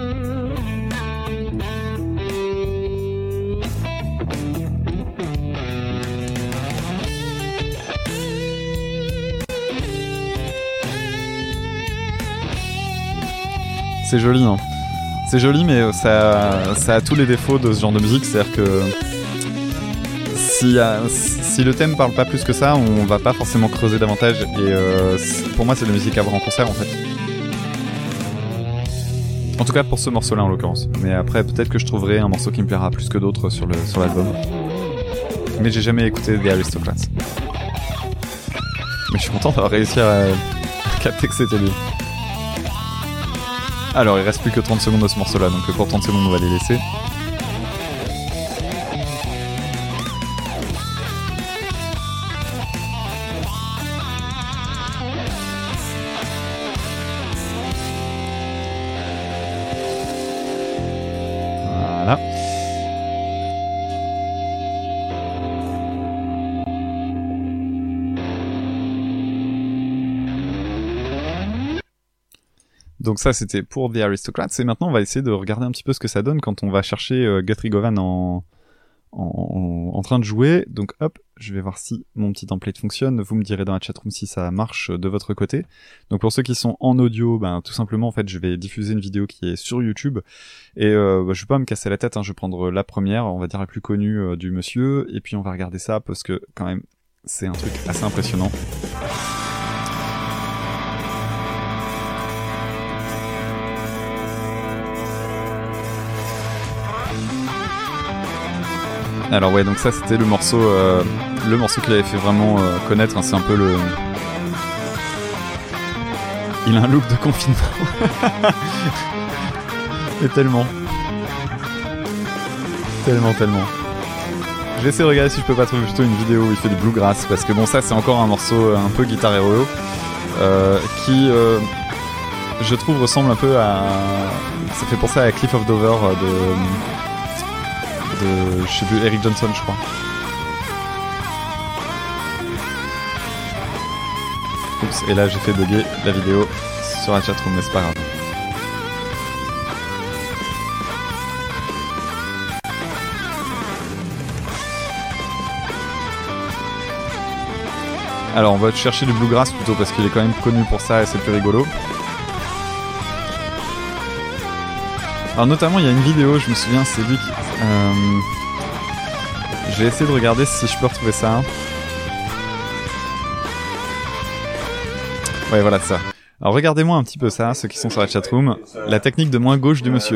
S1: C'est joli, hein. C'est joli, mais ça, ça a tous les défauts de ce genre de musique. C'est-à-dire que si, si le thème parle pas plus que ça, on va pas forcément creuser davantage. Et euh, pour moi, c'est de la musique à voir en concert, en fait. En tout cas, pour ce morceau-là, en l'occurrence. Mais après, peut-être que je trouverai un morceau qui me plaira plus que d'autres sur, le, sur l'album. Mais j'ai jamais écouté The Aristocrats. Mais je suis content d'avoir réussi à capter que c'était lui. Alors, il reste plus que trente secondes de ce morceau-là, donc pour trente secondes, on va les laisser. Voilà. Donc ça c'était pour The Aristocrats, et maintenant on va essayer de regarder un petit peu ce que ça donne quand on va chercher euh, Guthrie Govan en, en, en train de jouer. Donc hop, je vais voir si mon petit template fonctionne, vous me direz dans la chatroom si ça marche de votre côté. Donc pour ceux qui sont en audio, ben tout simplement en fait je vais diffuser une vidéo qui est sur YouTube, et euh, bah, je vais pas me casser la tête, hein, je vais prendre la première, on va dire la plus connue euh, du monsieur, et puis on va regarder ça parce que quand même c'est un truc assez impressionnant. Alors ouais, donc ça c'était le morceau, euh, le morceau qu'il avait fait vraiment euh, connaître. Hein, c'est un peu le, il a un look de confinement. Et tellement, tellement, tellement. Je vais essayer de regarder si je peux pas trouver plutôt une vidéo où il fait du bluegrass, parce que bon ça c'est encore un morceau un peu guitare hero euh, qui, euh, je trouve ressemble un peu à, ça fait penser à Cliff of Dover de. De, je sais plus, Eric Johnson je crois. Oups, et là j'ai fait bugger la vidéo sur la chatroom, mais c'est pas grave. Alors on va chercher du bluegrass plutôt parce qu'il est quand même connu pour ça et c'est plus rigolo. Alors notamment il y a une vidéo, je me souviens, c'est lui qui... Euh... Je vais essayer de regarder si je peux retrouver ça. Ouais voilà ça. Alors regardez-moi un petit peu ça, ceux qui sont sur la chatroom. La technique de main gauche du monsieur.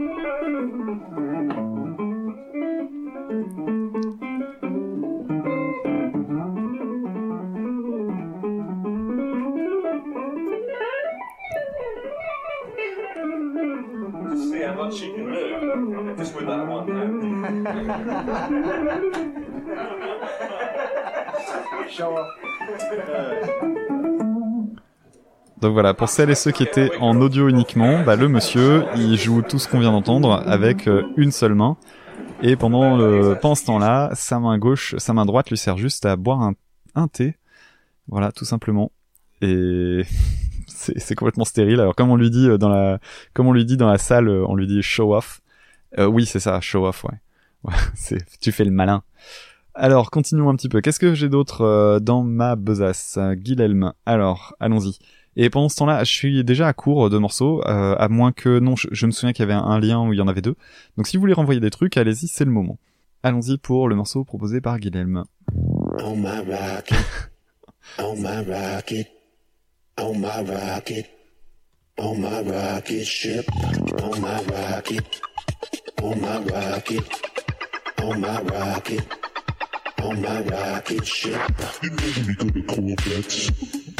S1: Donc voilà, pour celles et ceux qui étaient en audio uniquement, bah le monsieur, il joue tout ce qu'on vient d'entendre avec euh, une seule main. Et pendant, le, pendant ce temps-là, sa main gauche, sa main droite lui sert juste à boire un, un thé Voilà, tout simplement. Et c'est, c'est complètement stérile. Alors comme on lui dit dans la, comme on lui dit dans la salle, on lui dit show off. Euh, oui, c'est ça, show off, ouais. Ouais, c'est, tu fais le malin. Alors, continuons un petit peu. Qu'est-ce que j'ai d'autre euh, dans ma besace? Guilhelm. Alors, allons-y. Et pendant ce temps-là, je suis déjà à court de morceaux, euh, à moins que... Non, je, je me souviens qu'il y avait un lien où il y en avait deux. Donc si vous voulez renvoyer des trucs, allez-y, c'est le moment. Allons-y pour le morceau proposé par Guilhelm.
S2: Oh my rocket, oh my rocket, oh my rocket, oh my rocket ship, oh my rocket, oh my rocket, oh my rocket, oh my rocket ship. You know when we go to Corvettes,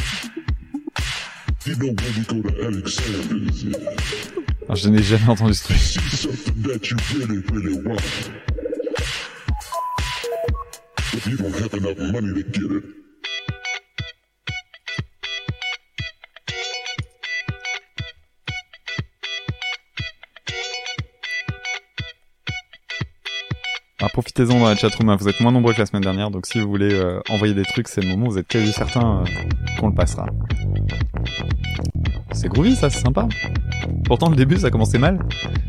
S2: you know when we go to Alexander's.
S1: Alors, je n'ai jamais entendu ce truc.
S2: See something that you really, really want. But you don't have enough money to get it.
S1: Alors profitez-en dans la chatroom, hein. Vous êtes moins nombreux que la semaine dernière, donc si vous voulez euh, envoyer des trucs, c'est le moment, vous êtes quasi certain euh, qu'on le passera. C'est groovy ça, c'est sympa. Pourtant le début ça commençait mal.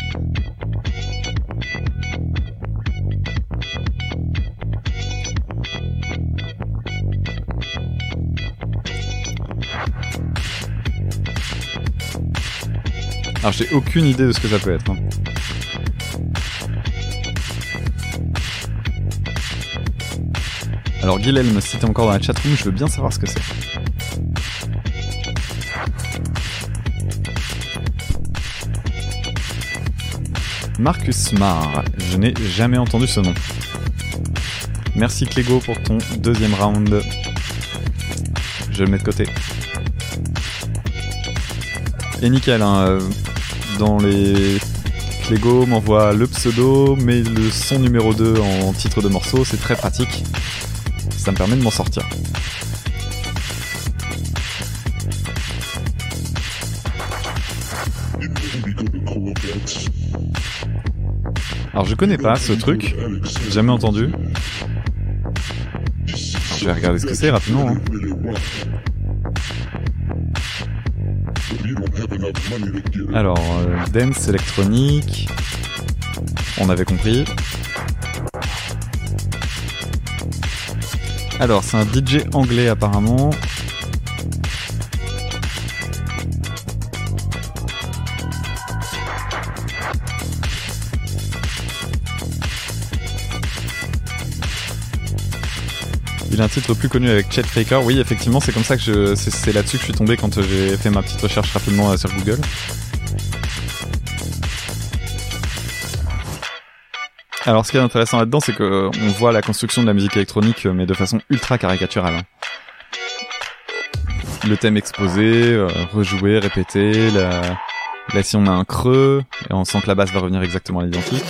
S1: Alors j'ai aucune idée de ce que ça peut être. Hein. Alors Guilhelm, si t'es encore dans la chatroom, je veux bien savoir ce que c'est. Marcus Marr, je n'ai jamais entendu ce nom. Merci Clégo pour ton deuxième round. Je le mets de côté. Et nickel, hein, dans les... Clégo m'envoie le pseudo, mais le son numéro deux en titre de morceau, c'est très pratique. Ça me permet de m'en sortir. Alors je connais pas ce truc, j'ai jamais entendu. Alors, je vais regarder ce que c'est rapidement. Hein. Alors, euh, dance électronique, on avait compris. Alors, c'est un D J anglais apparemment. Il a un titre plus connu avec Chet Faker. Oui, effectivement, c'est comme ça que je, c'est, c'est là-dessus que je suis tombé quand j'ai fait ma petite recherche rapidement sur Google. Alors, ce qui est intéressant là-dedans, c'est que on voit la construction de la musique électronique, mais de façon ultra caricaturale. Hein. Le thème exposé, euh, rejoué, répété. La... Là, si on a un creux, et on sent que la basse va revenir exactement à l'identique.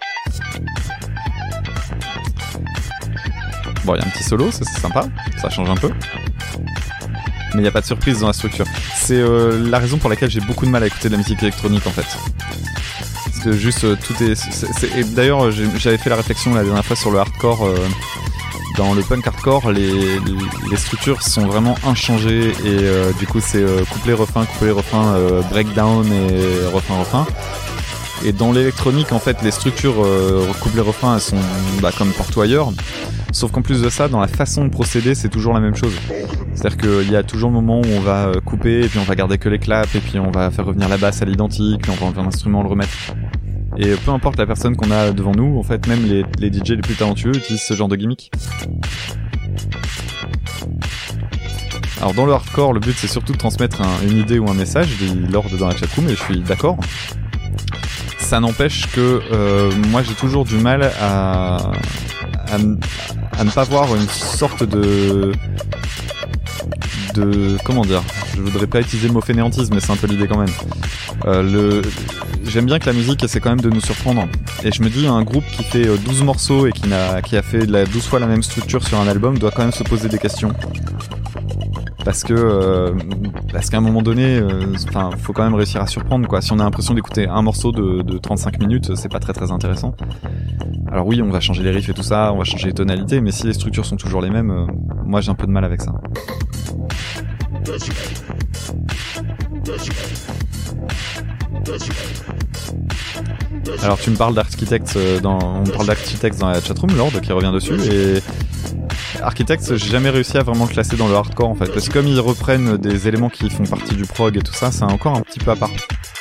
S1: Bon, il y a un petit solo, ça, c'est sympa, ça change un peu. Mais il n'y a pas de surprise dans la structure. C'est euh, la raison pour laquelle j'ai beaucoup de mal à écouter de la musique électronique en fait. Parce que juste euh, tout est... c'est, c'est... Et d'ailleurs, j'ai, j'avais fait la réflexion la dernière fois sur le hardcore. Euh, dans le punk hardcore, les, les structures sont vraiment inchangées. Et euh, du coup, c'est euh, couplet-refrain, couplet-refrain, euh, breakdown et refrain-refrain. Et dans l'électronique, en fait, les structures euh, couplet-refrain, elles sont bah, comme partout ailleurs. Sauf qu'en plus de ça, dans la façon de procéder, c'est toujours la même chose. C'est-à-dire qu'il y a toujours le moment où on va couper, et puis on va garder que les claps, et puis on va faire revenir la basse à l'identique, puis on va enlever l'instrument, le remettre. Et peu importe la personne qu'on a devant nous, en fait, même les, les D J les plus talentueux utilisent ce genre de gimmick. Alors dans le hardcore, le but c'est surtout de transmettre un, une idée ou un message, dit Lord dans la chatroom, et je suis d'accord. Ça n'empêche que euh, moi j'ai toujours du mal à, à, à ne pas voir une sorte de... de... comment dire, je voudrais pas utiliser le mot fainéantisme, mais c'est un peu l'idée quand même. Euh, le... J'aime bien que la musique essaie quand même de nous surprendre. Et je me dis, un groupe qui fait douze morceaux et qui, n'a... qui a fait la douze fois la même structure sur un album doit quand même se poser des questions. Parce que, euh, parce qu'à un moment donné, enfin, euh, faut quand même réussir à surprendre, quoi. Si on a l'impression d'écouter un morceau de, de trente-cinq minutes, c'est pas très très intéressant. Alors oui, on va changer les riffs et tout ça, on va changer les tonalités, mais si les structures sont toujours les mêmes, euh, moi j'ai un peu de mal avec ça. Alors tu me parles d'Architects dans, on parle d'Architects dans la chatroom, Lord qui revient dessus, et Architects, j'ai jamais réussi à vraiment le classer dans le hardcore en fait, parce que comme ils reprennent des éléments qui font partie du prog et tout ça, c'est encore un petit peu à part.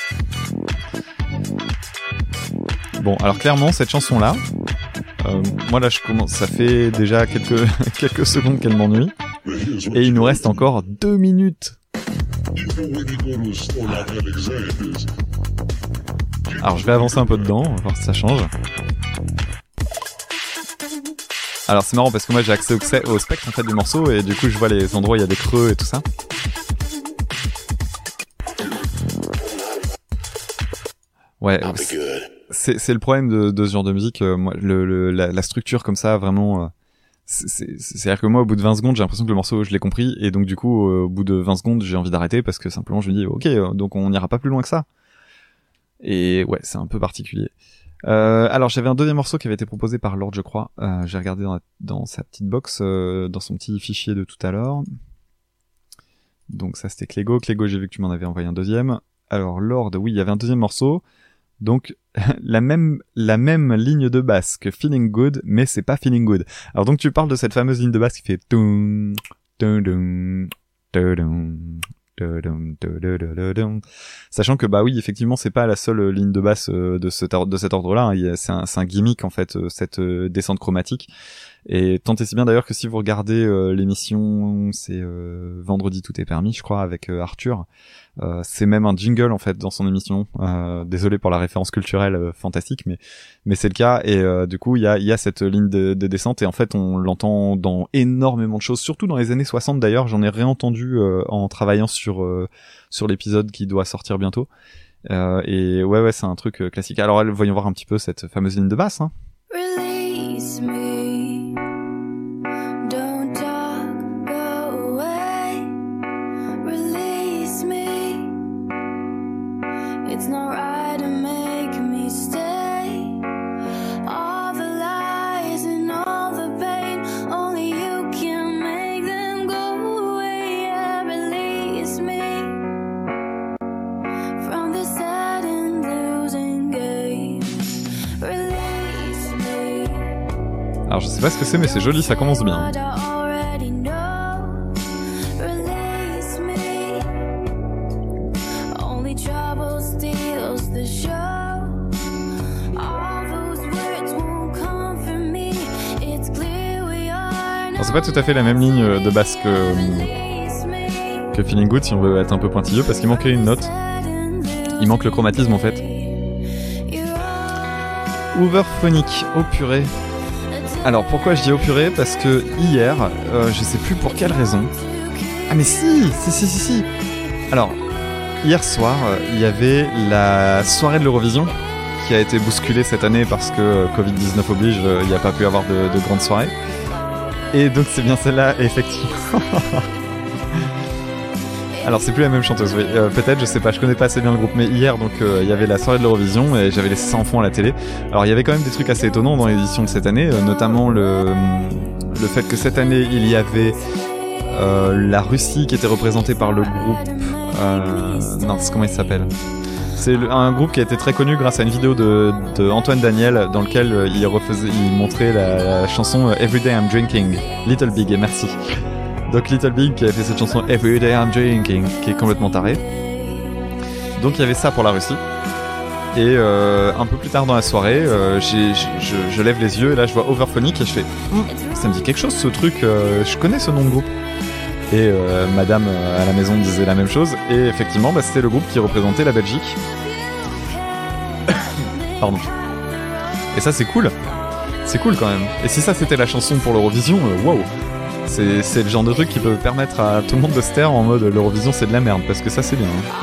S1: Bon, alors clairement cette chanson là, euh, moi là je commence, ça fait déjà quelques quelques secondes qu'elle m'ennuie, et il nous reste encore deux minutes. Alors je vais avancer un peu dedans, on va voir si ça change. Alors c'est marrant parce que moi j'ai accès au, au spectre en fait du morceau, et du coup je vois les endroits où il y a des creux et tout ça. Ouais, c'est, c'est le problème de, de ce genre de musique. Euh, moi, le, le, la, la structure comme ça, vraiment, euh, c'est, c'est, c'est-à-dire que moi, au bout de vingt secondes, j'ai l'impression que le morceau, je l'ai compris, et donc du coup, euh, au bout de vingt secondes, j'ai envie d'arrêter parce que simplement, je me dis, ok, euh, donc on n'ira pas plus loin que ça. Et ouais, c'est un peu particulier. Euh, alors, j'avais un deuxième morceau qui avait été proposé par Lord, je crois. Euh, j'ai regardé dans, la, dans sa petite box, euh, dans son petit fichier de tout à l'heure. Donc ça, c'était Clégo. Clégo, j'ai vu que tu m'en avais envoyé un deuxième. Alors Lord, oui, il y avait un deuxième morceau. Donc la même la même ligne de basse que Feeling Good, mais c'est pas Feeling Good. Alors donc tu parles de cette fameuse ligne de basse qui fait tum tum tum tum tum, sachant que bah oui, effectivement, c'est pas la seule ligne de basse de ce de cet ordre-là, hein. C'est un c'est un gimmick en fait, cette descente chromatique. Et tant et si bien d'ailleurs que si vous regardez euh, l'émission, c'est euh, Vendredi tout est permis, je crois, avec euh, Arthur. Euh, c'est même un jingle en fait dans son émission. Euh, désolé pour la référence culturelle euh, fantastique, mais mais c'est le cas. Et euh, du coup, il y a il y a cette ligne de, de descente, et en fait, on l'entend dans énormément de choses, surtout dans les années soixante. D'ailleurs, j'en ai réentendu euh, en travaillant sur euh, sur l'épisode qui doit sortir bientôt. Euh, et ouais, ouais, c'est un truc euh, classique. Alors, voyons voir un petit peu cette fameuse ligne de basse. Hein.
S3: Release me. It's not right to make me stay. All the lies and all the pain, only you can make them go away. Yeah, release me from the sad and losing game. Release me.
S1: Alors je sais pas ce que c'est, mais c'est joli, ça commence bien. C'est pas tout à fait la même ligne de basse que, que Feeling Good si on veut être un peu pointilleux, parce qu'il manquait une note. Il manque le chromatisme en fait. Overphonic, au purée. Alors pourquoi je dis au purée? Parce que hier, euh, je sais plus pour quelle raison. Ah mais si, si, si, si, si. Alors, hier soir, il y avait la soirée de l'Eurovision qui a été bousculée cette année parce que covid dix-neuf oblige, il n'y a pas pu avoir de, de grandes soirées. Et donc c'est bien celle-là, effectivement. Alors c'est plus la même chanteuse, oui. Euh, peut-être, je sais pas, je connais pas assez bien le groupe, mais hier donc il euh, y avait la soirée de l'Eurovision et j'avais laissé ça en fond à la télé. Alors il y avait quand même des trucs assez étonnants dans l'édition de cette année, euh, notamment le le fait que cette année il y avait euh, la Russie qui était représentée par le groupe. Euh, non, c'est comment il s'appelle ? C'est un groupe qui a été très connu grâce à une vidéo de, de Antoine Daniel dans lequel il refaisait, il montrait la, la chanson Everyday I'm Drinking, Little Big, et merci. Donc Little Big qui a fait cette chanson Everyday I'm Drinking, qui est complètement tarée. Donc il y avait ça pour la Russie. Et euh, un peu plus tard dans la soirée, euh, j'ai, je, je lève les yeux et là je vois Overphonic et je fais hm, ça me dit quelque chose ce truc, euh, je connais ce nom de groupe. Et euh, madame euh, à la maison disait la même chose. Et effectivement, bah, c'était le groupe qui représentait la Belgique. Pardon. Et ça, c'est cool. C'est cool quand même. Et si ça, c'était la chanson pour l'Eurovision, euh, waouh. C'est, c'est le genre de truc qui peut permettre à tout le monde de se taire en mode l'Eurovision, c'est de la merde. Parce que ça, c'est bien. Hein.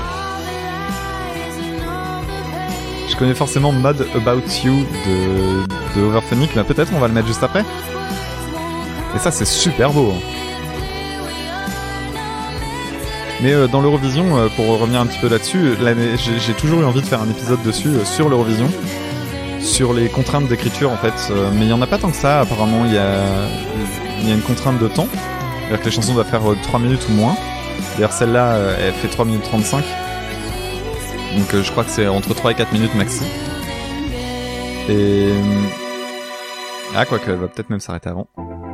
S1: Je connais forcément Mad About You de, de Overphonic, mais peut-être on va le mettre juste après. Et ça, c'est super beau. Hein. Mais euh, dans l'Eurovision, euh, pour revenir un petit peu là-dessus, j'ai, j'ai toujours eu envie de faire un épisode dessus, euh, sur l'Eurovision. sur les contraintes d'écriture en fait, euh, mais il y en a pas tant que ça. Apparemment, il y a il y a une contrainte de temps, c'est-à-dire que les chansons doivent faire euh, trois minutes ou moins. D'ailleurs, celle-là, euh, elle fait trois minutes trente-cinq, donc euh, je crois que c'est entre trois et quatre minutes maxi. Et ah, quoique, elle va peut-être même s'arrêter avant.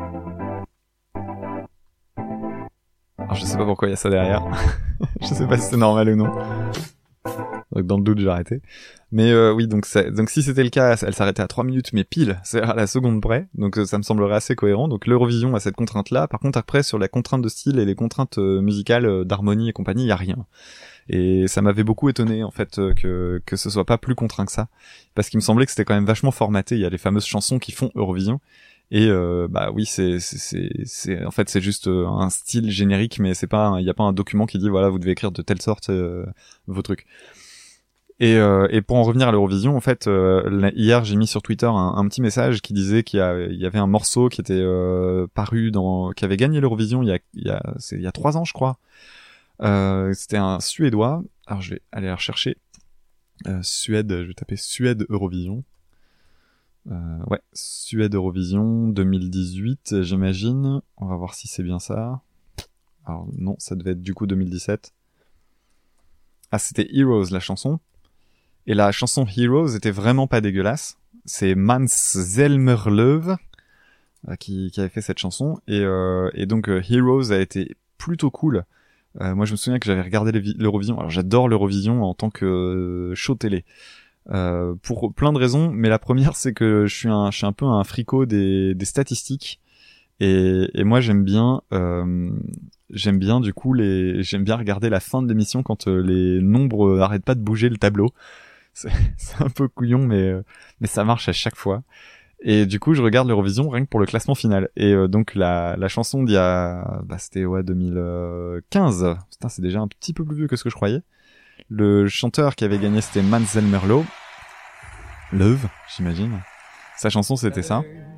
S1: Alors, je sais pas pourquoi il y a ça derrière. Je sais pas si c'est normal ou non. Donc dans le doute, j'ai arrêté. Mais euh, oui, donc c'est, donc si c'était le cas, elle s'arrêtait à trois minutes, mais pile, c'est à la seconde près. Donc euh, ça me semblerait assez cohérent. Donc l'Eurovision a cette contrainte-là. Par contre, après, sur la contrainte de style et les contraintes euh, musicales, euh, d'harmonie et compagnie, il y a rien. Et ça m'avait beaucoup étonné en fait euh, que que ce soit pas plus contraint que ça, parce qu'il me semblait que c'était quand même vachement formaté. Il y a les fameuses chansons qui font Eurovision. Et euh, bah oui, c'est c'est c'est c'est en fait c'est juste euh, un style générique, mais c'est pas il y a pas un document qui dit voilà, vous devez écrire de telle sorte euh, vos trucs. Et, euh, et pour en revenir à l'Eurovision, en fait, euh, hier j'ai mis sur Twitter un, un petit message qui disait qu'il y, a, il y avait un morceau qui était euh, paru dans, qui avait gagné l'Eurovision il y a, il y a, c'est il y a trois ans je crois. Euh, c'était un Suédois. Alors je vais aller la rechercher. Euh, Suède, je vais taper Suède Eurovision. Euh, ouais, Suède Eurovision deux mille dix-huit, j'imagine. On va voir si c'est bien ça. Alors non, ça devait être du coup deux mille dix-sept. Ah, c'était Heroes la chanson. Et la chanson Heroes était vraiment pas dégueulasse. C'est Mans Zelmerlöw euh, qui, qui avait fait cette chanson. Et, euh, et donc euh, Heroes a été plutôt cool. Euh, moi je me souviens que j'avais regardé l'Eurovision. Alors j'adore l'Eurovision en tant que euh, show télé. Euh, pour plein de raisons, mais la première c'est que je suis un, je suis un peu un fricot des, des statistiques. Et, et moi j'aime bien... Euh, J'aime bien du coup les j'aime bien regarder la fin de l'émission quand euh, les nombres euh, arrêtent pas de bouger le tableau. C'est, c'est un peu couillon mais euh, mais ça marche à chaque fois. Et du coup, je regarde l'Eurovision rien que pour le classement final. Et euh, donc la la chanson d'il y a bah c'était ouais deux mille quinze. Putain, c'est déjà un petit peu plus vieux que ce que je croyais. Le chanteur qui avait gagné c'était Mans Zelmerlöw. Löw, j'imagine. Sa chanson c'était ça.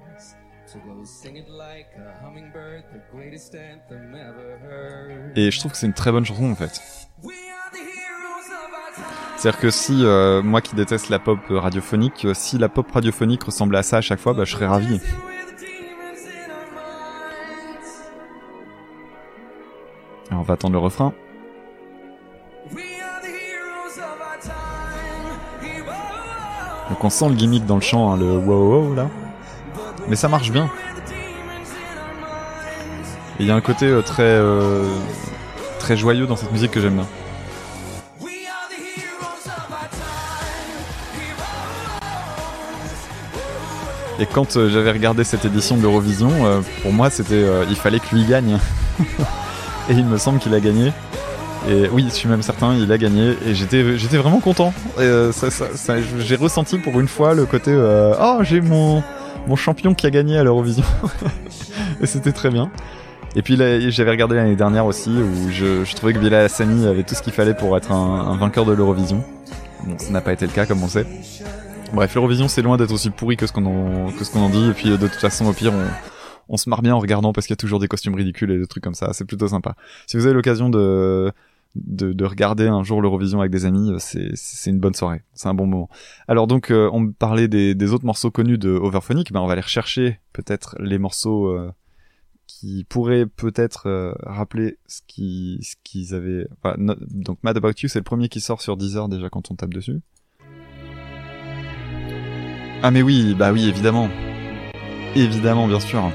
S1: Et je trouve que c'est une très bonne chanson en fait. C'est-à-dire que si, euh, moi qui déteste la pop radiophonique, si la pop radiophonique ressemblait à ça à chaque fois, bah je serais ravi. Alors on va attendre le refrain. Donc on sent le gimmick dans le chant, hein, le wow wow là. Mais ça marche bien. Et il y a un côté euh, très euh, très joyeux dans cette musique que j'aime bien. Et quand euh, j'avais regardé cette édition de l'Eurovision, euh, pour moi c'était euh, il fallait que lui gagne. Et il me semble qu'il a gagné. Et oui, je suis même certain, il a gagné. Et j'étais j'étais vraiment content. Et, euh, ça, ça, ça, j'ai ressenti pour une fois le côté euh, oh j'ai mon mon champion qui a gagné à l'Eurovision. Et c'était très bien. Et puis là, j'avais regardé l'année dernière aussi où je, je trouvais que Bilal Hassani avait tout ce qu'il fallait pour être un, un vainqueur de l'Eurovision. Bon, ça n'a pas été le cas comme on sait. Bref, l'Eurovision c'est loin d'être aussi pourri que ce qu'on en, que ce qu'on en dit. Et puis de toute façon, au pire, on, on se marre bien en regardant parce qu'il y a toujours des costumes ridicules et des trucs comme ça. C'est plutôt sympa. Si vous avez l'occasion de de, de regarder un jour l'Eurovision avec des amis, c'est c'est une bonne soirée. C'est un bon moment. Alors donc, euh, on me parlait des, des autres morceaux connus de Overphonic. Ben on va aller rechercher peut-être les morceaux. Euh, qui pourrait peut-être euh, rappeler ce qu'ils, ce qu'ils avaient... Enfin, no... donc Mad About You, c'est le premier qui sort sur Deezer déjà quand on tape dessus. Ah mais oui, bah oui, évidemment. Évidemment, bien sûr.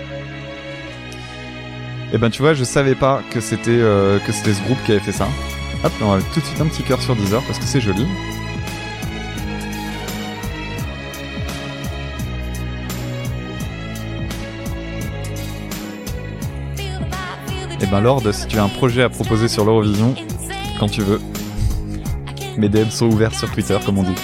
S1: Et ben tu vois, je savais pas que c'était, euh, que c'était ce groupe qui avait fait ça. Hop, on va tout de suite un petit cœur sur Deezer parce que c'est joli. Et ben Lord, si tu as un projet à proposer sur l'Eurovision, quand tu veux, mes D M sont ouverts sur Twitter, comme on dit.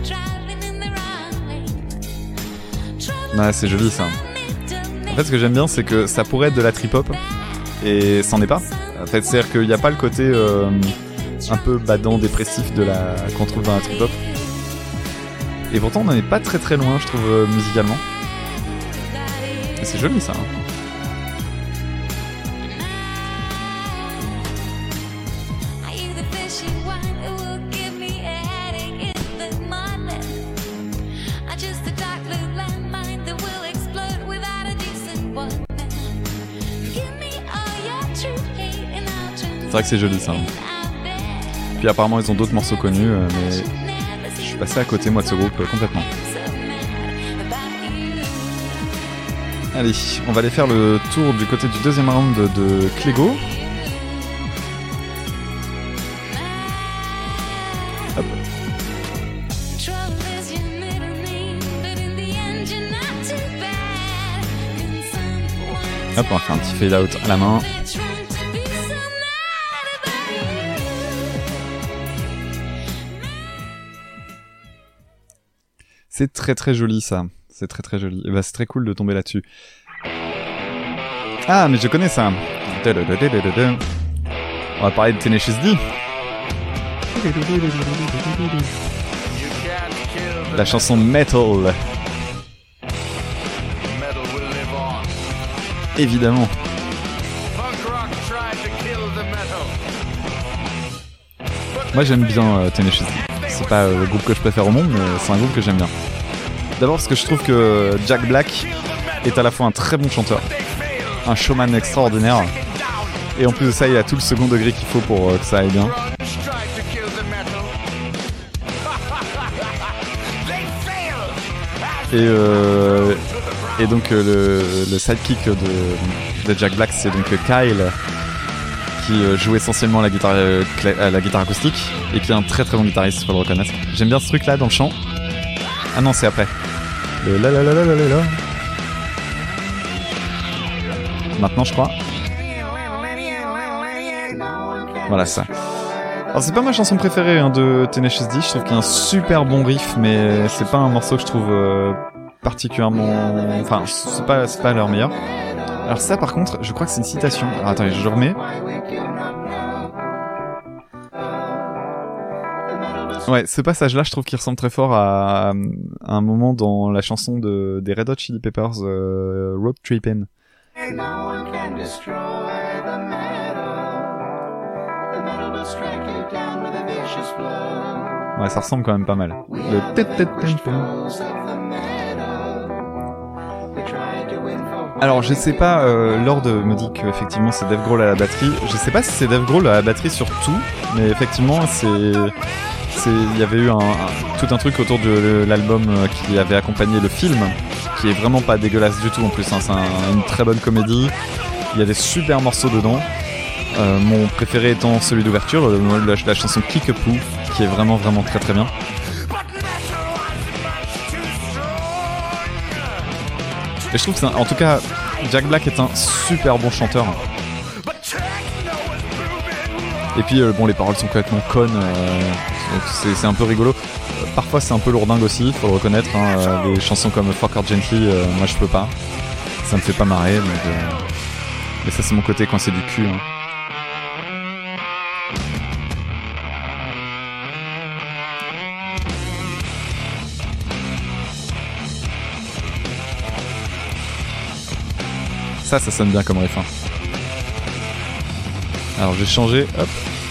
S1: Ouais, c'est joli ça. En fait, ce que j'aime bien, c'est que ça pourrait être de la trip-hop, et c'en est pas. En fait, c'est-à-dire qu'il n'y a pas le côté euh, un peu badant, dépressif de la qu'on trouve dans la trip-hop. Et pourtant, on n'en est pas très très loin, je trouve, euh, musicalement. Et c'est joli ça. Hein. vrai que c'est joli ça. Puis apparemment ils ont d'autres morceaux connus, euh, mais je suis passé à côté moi de ce groupe euh, complètement. Allez, on va aller faire le tour du côté du deuxième round de, de Clégo. Hop. Hop, on va faire un petit fade out à la main. C'est très très joli ça. C'est très très joli. Et bah c'est très cool de tomber là-dessus. Ah mais je connais ça. On va parler de Tenacious D. La chanson Metal. Évidemment. Moi j'aime bien euh, Tenacious D. C'est pas euh, le groupe que je préfère au monde, mais c'est un groupe que j'aime bien. D'abord parce que je trouve que Jack Black est à la fois un très bon chanteur, un showman extraordinaire, et en plus de ça il a tout le second degré qu'il faut pour euh, que ça aille bien. Et, euh, et donc euh, le, le sidekick de, de Jack Black, c'est donc Kyle, qui joue essentiellement la guitare, euh, cla- la guitare acoustique, et qui est un très très bon guitariste, faut le reconnaître. J'aime bien ce truc là dans le chant. Ah non, c'est après. Le la la la la la la la. Maintenant, je crois. Voilà ça. Alors c'est pas ma chanson préférée hein, de Tenacious D. Je trouve qu'il y a un super bon riff, mais c'est pas un morceau que je trouve euh, particulièrement. Enfin, c'est pas c'est pas leur meilleur. Alors ça, par contre, je crois que c'est une citation. Alors attendez, je le remets. Ouais, ce passage-là, je trouve qu'il ressemble très fort à, à un moment dans la chanson de, des Red Hot Chili Peppers, euh, Road Trippin'. Ouais, ça ressemble quand même pas mal. Le Alors, je sais pas, euh, Lord me dit qu'effectivement c'est Dave Grohl à la batterie. Je sais pas si c'est Dave Grohl à la batterie sur tout, mais effectivement, c'est... il y avait eu un, un, tout un truc autour de l'album qui avait accompagné le film, qui est vraiment pas dégueulasse du tout en plus, hein. C'est un, une très bonne comédie, il y a des super morceaux dedans, euh, mon préféré étant celui d'ouverture, la, la chanson Kickapoo, qui est vraiment vraiment très très bien. Et je trouve que c'est un, en tout cas Jack Black est un super bon chanteur. Et puis euh, bon, les paroles sont complètement connes, euh, c'est, c'est un peu rigolo. Euh, parfois c'est un peu lourdingue aussi, faut le reconnaître. Hein, euh, les chansons comme Fuck Her Gently, euh, moi je peux pas. Ça me fait pas marrer, donc, euh... mais ça c'est mon côté quand c'est du cul. Hein. Ça, ça sonne bien comme riff. Hein. Alors j'ai changé, hop.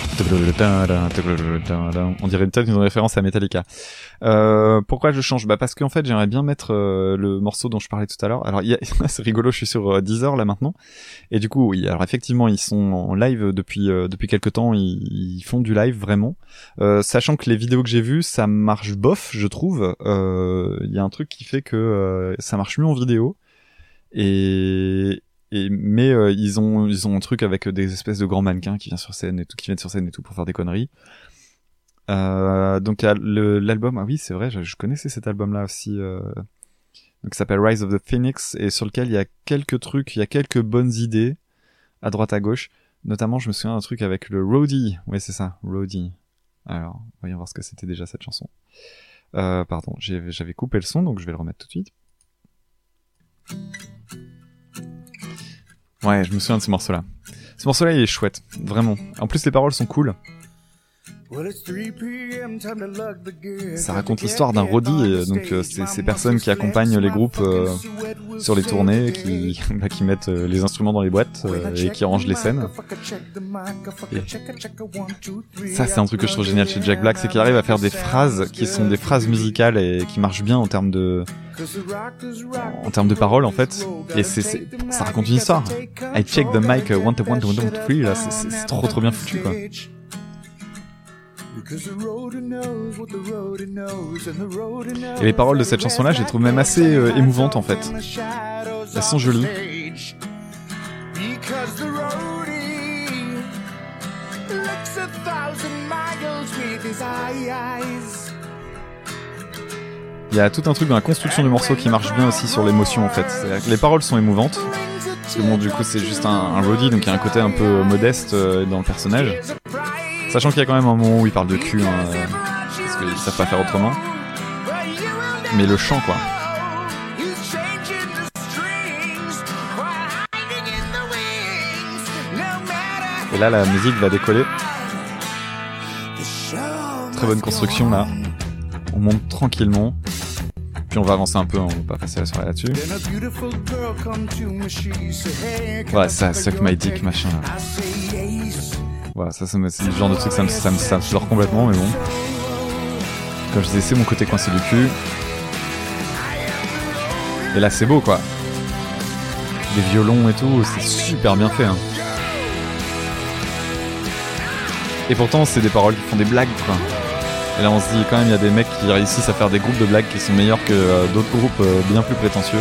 S1: On dirait peut-être une référence à Metallica. Euh, pourquoi je change ? Bah parce qu'en fait j'aimerais bien mettre euh, le morceau dont je parlais tout à l'heure. Alors il y a... c'est rigolo, je suis sur euh, Deezer là maintenant. Et du coup, oui, alors effectivement ils sont en live depuis euh, depuis quelques temps. Ils, ils font du live vraiment. Euh, sachant que les vidéos que j'ai vues, ça marche bof, je trouve. Il euh, y a un truc qui fait que euh, ça marche mieux en vidéo. Et Et, mais euh, ils ont ils ont un truc avec des espèces de grands mannequins qui viennent sur scène et tout, qui viennent sur scène et tout pour faire des conneries. Euh, donc le, l'album, ah oui c'est vrai, je, je connaissais cet album-là aussi, euh, donc qui s'appelle Rise of the Phoenix et sur lequel il y a quelques trucs, il y a quelques bonnes idées à droite à gauche. Notamment, je me souviens d'un truc avec le Roadie. Ouais c'est ça, Roadie. Alors, voyons voir ce que c'était déjà cette chanson. Euh, pardon, j'ai, j'avais coupé le son, donc je vais le remettre tout de suite. Ouais, je me souviens de ce morceau-là. Ce morceau-là, il est chouette, vraiment. En plus, les paroles sont cool. Ça raconte l'histoire d'un roadie, et donc euh, c'est ces personnes qui accompagnent les groupes euh, sur les tournées, qui, bah, qui mettent euh, les instruments dans les boîtes euh, et qui arrangent les scènes. Et ça, c'est un truc que je trouve génial chez Jack Black, c'est qu'il arrive à faire des phrases qui sont des phrases musicales et qui marchent bien en termes de en termes de paroles en fait. Et c'est, c'est ça raconte une histoire. I check the mic uh, one to one to one to three là, c'est, c'est, c'est trop trop bien foutu quoi. Et les paroles de cette chanson-là, je les trouve même assez euh, émouvantes en fait. Elles sont jolies. Il y a tout un truc dans la construction du morceau qui marche bien aussi sur l'émotion en fait. C'est-à-dire que les paroles sont émouvantes. Parce que bon, du coup, c'est juste un, un roadie, donc il y a un côté un peu modeste euh, dans le personnage. Sachant qu'il y a quand même un moment où il parle de cul, hein, euh, parce qu'ils savent pas faire autrement. Mais le chant, quoi. Et là, la musique va décoller. Très bonne construction, là. On monte tranquillement. Puis on va avancer un peu, on va pas passer la soirée là-dessus. Voilà, ça, suck my dick, machin. Voilà, ça, ça me, c'est le genre de truc, ça me, ça me, ça me flore complètement, mais bon. Comme je disais, c'est mon côté coincé du cul. Et là, c'est beau, quoi. Les violons et tout, c'est super bien fait, hein. Et pourtant, c'est des paroles qui font des blagues, quoi. Et là, on se dit, quand même, il y a des mecs qui réussissent à faire des groupes de blagues qui sont meilleurs que euh, d'autres groupes euh, bien plus prétentieux.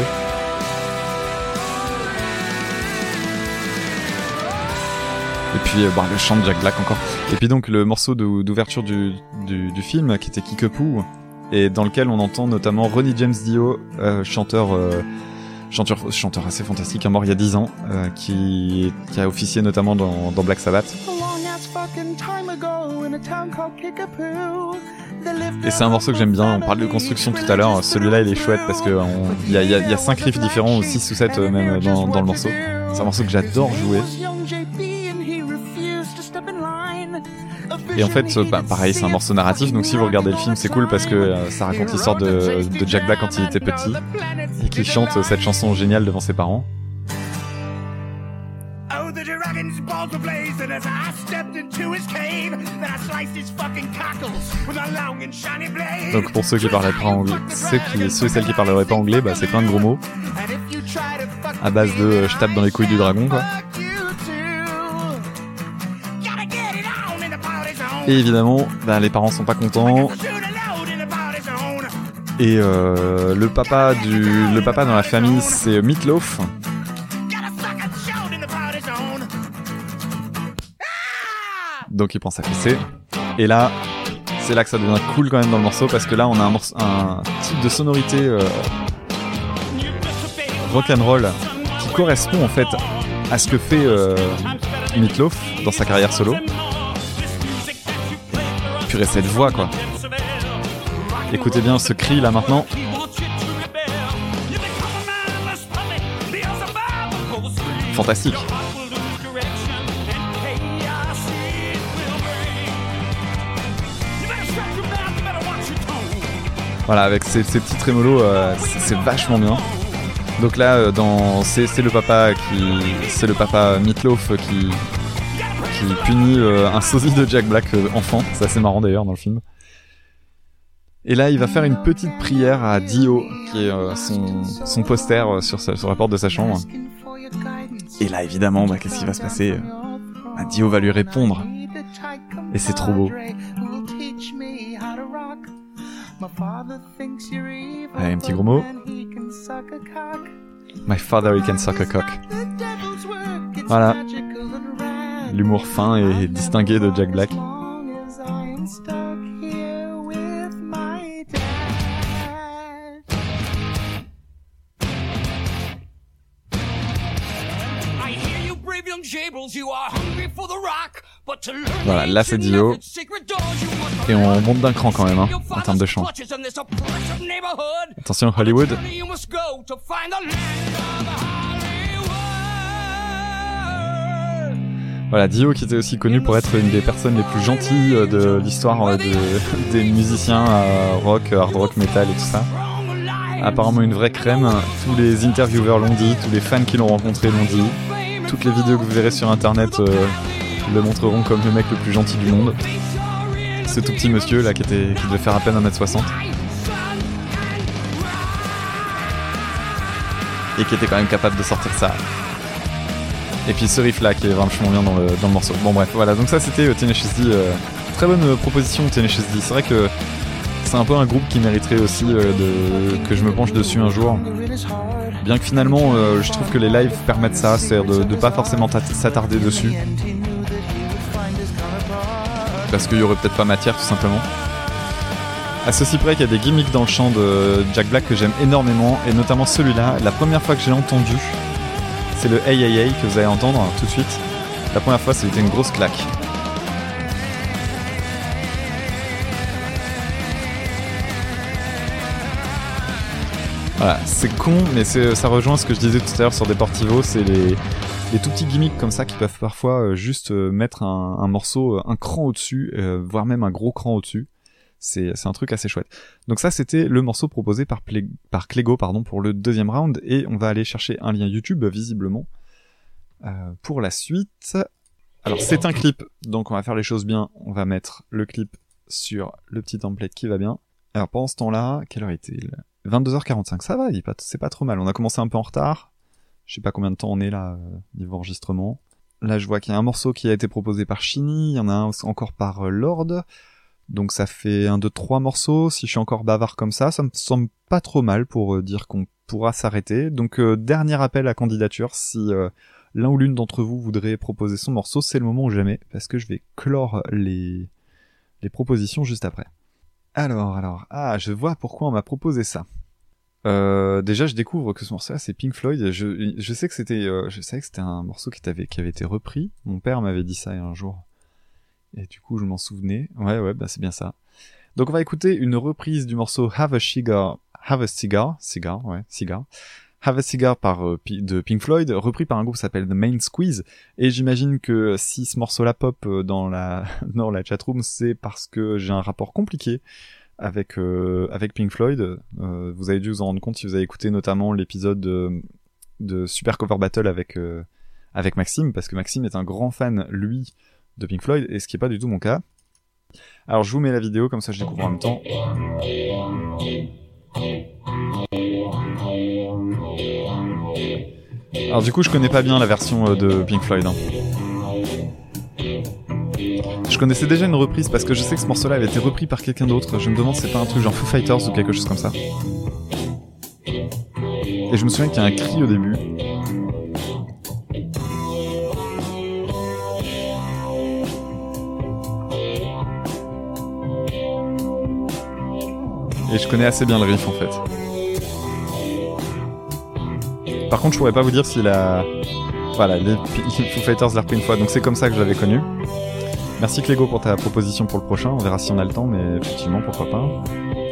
S1: Et puis, euh, bah, le chant de Jack Black encore. Et puis donc, le morceau de, d'ouverture du, du, du film, qui était Kickapoo, et dans lequel on entend notamment Ronnie James Dio, euh, chanteur, euh, chanteur, chanteur assez fantastique, mort il y a dix ans, euh, qui, qui a officié notamment dans, dans Black Sabbath. Et c'est un morceau que j'aime bien, on parle de construction tout à l'heure, celui-là il est chouette parce que il y a, y, a, y a cinq riffs différents, ou six ou sept euh, même dans, dans le morceau. C'est un morceau que j'adore jouer. Et en fait, bah, pareil, c'est un morceau narratif, donc si vous regardez le film, c'est cool parce que euh, ça raconte l'histoire de, de Jack Black quand il était petit, et qu'il chante cette chanson géniale devant ses parents. Donc pour ceux qui parleraient pas anglais, ceux, qui, ceux et celles qui parleraient pas anglais, bah c'est plein de gros mots à base de euh, je tape dans les couilles du dragon, quoi. Et évidemment, bah, les parents sont pas contents. Et euh, le papa du, le papa dans la famille, c'est Meatloaf. Donc il prend sa fessée. Et là, c'est là que ça devient cool quand même dans le morceau, parce que là on a un, morceau, un type de sonorité euh, rock'n'roll qui correspond en fait à ce que fait euh, Meatloaf dans sa carrière solo. Purée, cette voix quoi. Écoutez bien ce cri là maintenant. Fantastique. Voilà, avec ces, ces petits trémolos, euh, c'est, c'est vachement bien. Donc là, euh, dans, c'est, c'est le papa qui, c'est le papa Meatloaf qui, qui punit euh, un sosie de Jack Black euh, enfant. C'est assez marrant d'ailleurs dans le film. Et là, il va faire une petite prière à Dio, qui est euh, son, son poster euh, sur, sa, sur la porte de sa chambre. Et là, évidemment, bah, qu'est-ce qui va se passer ? Bah, Dio va lui répondre. Et c'est trop beau. Allez, un petit gros mot. My father, he can suck a cock. Voilà. L'humour fin et distingué de Jack Black. Voilà, là c'est Dio. Et on monte d'un cran quand même, hein, en termes de chant. Attention Hollywood. Voilà, Dio qui était aussi connu pour être une des personnes les plus gentilles de l'histoire de, des musiciens euh, rock, hard rock, metal et tout ça. Apparemment une vraie crème, tous les intervieweurs l'ont dit, tous les fans qui l'ont rencontré l'ont dit. Toutes les vidéos que vous verrez sur internet euh, le montreront comme le mec le plus gentil du monde. Ce tout petit monsieur là qui, était, qui devait faire à peine un mètre soixante. Et qui était quand même capable de sortir ça. Et puis ce riff là qui est vachement bien dans le, dans le morceau. Bon bref, voilà, donc ça c'était euh, Tenacious D. Euh, très bonne euh, proposition Tenacious D. C'est vrai que c'est un peu un groupe qui mériterait aussi euh, de, que je me penche dessus un jour. Bien que finalement euh, je trouve que les lives permettent ça, c'est-à-dire de, de pas forcément s'attarder dessus. Parce qu'il y aurait peut-être pas matière tout simplement. À ceci près qu'il y a des gimmicks dans le chant de Jack Black que j'aime énormément, et notamment celui-là. La première fois que j'ai entendu, c'est le Hey Hey Hey que vous allez entendre hein, tout de suite. La première fois, c'était une grosse claque. Voilà, c'est con, mais c'est, ça rejoint ce que je disais tout à l'heure sur Deportivo, c'est les, les tout petits gimmicks comme ça qui peuvent parfois euh, juste euh, mettre un, un morceau un cran au-dessus, euh, voire même un gros cran au-dessus. C'est, c'est un truc assez chouette. Donc ça, c'était le morceau proposé par, Ple- par Clégo pardon, pour le deuxième round, et on va aller chercher un lien YouTube, visiblement, euh, pour la suite. Alors, c'est un clip, donc on va faire les choses bien. On va mettre le clip sur le petit template qui va bien. Alors, pendant ce temps-là, quelle heure est-il ? vingt-deux heures quarante-cinq, ça va, il est pas, c'est pas trop mal. On a commencé un peu en retard. Je sais pas combien de temps on est là, euh, niveau enregistrement. Là, je vois qu'il y a un morceau qui a été proposé par Shinny, il y en a un encore par euh, Lord. Donc ça fait un, deux, trois morceaux. Si je suis encore bavard comme ça, ça me semble pas trop mal pour euh, dire qu'on pourra s'arrêter. Donc euh, dernier appel à candidature, si euh, l'un ou l'une d'entre vous voudrait proposer son morceau, c'est le moment ou jamais, parce que je vais clore les, les propositions juste après. Alors, alors, ah, je vois pourquoi on m'a proposé ça. Euh, déjà, je découvre que ce morceau-là, c'est Pink Floyd. Je, je sais que c'était, euh, je savais que c'était un morceau qui avait, qui avait été repris. Mon père m'avait dit ça un jour. Et du coup, je m'en souvenais. Ouais, ouais, bah c'est bien ça. Donc, on va écouter une reprise du morceau Have a Cigar, Have a Cigar, Cigar, ouais, Cigar. Have a Cigar par, euh, de Pink Floyd, repris par un groupe qui s'appelle The Main Squeeze. Et j'imagine que si ce morceau-là pop dans la, dans la chatroom, c'est parce que j'ai un rapport compliqué avec, euh, avec Pink Floyd. Euh, vous avez dû vous en rendre compte si vous avez écouté notamment l'épisode de, de Super Cover Battle avec, euh, avec Maxime, parce que Maxime est un grand fan, lui, de Pink Floyd, et ce qui est pas du tout mon cas. Alors je vous mets la vidéo, comme ça je découvre en même temps. Alors du coup je connais pas bien la version de Pink Floyd. Hein. Je connaissais déjà une reprise parce que je sais que ce morceau-là avait été repris par quelqu'un d'autre. Je me demande si c'est pas un truc genre Foo Fighters ou quelque chose comme ça. Et je me souviens qu'il y a un cri au début. Et je connais assez bien le riff en fait. Par contre, je pourrais pas vous dire si la... Voilà, les Foo Fighters l'a repris une fois, donc c'est comme ça que je l'avais connu. Merci Clégo pour ta proposition pour le prochain, on verra si on a le temps, mais effectivement, pourquoi pas.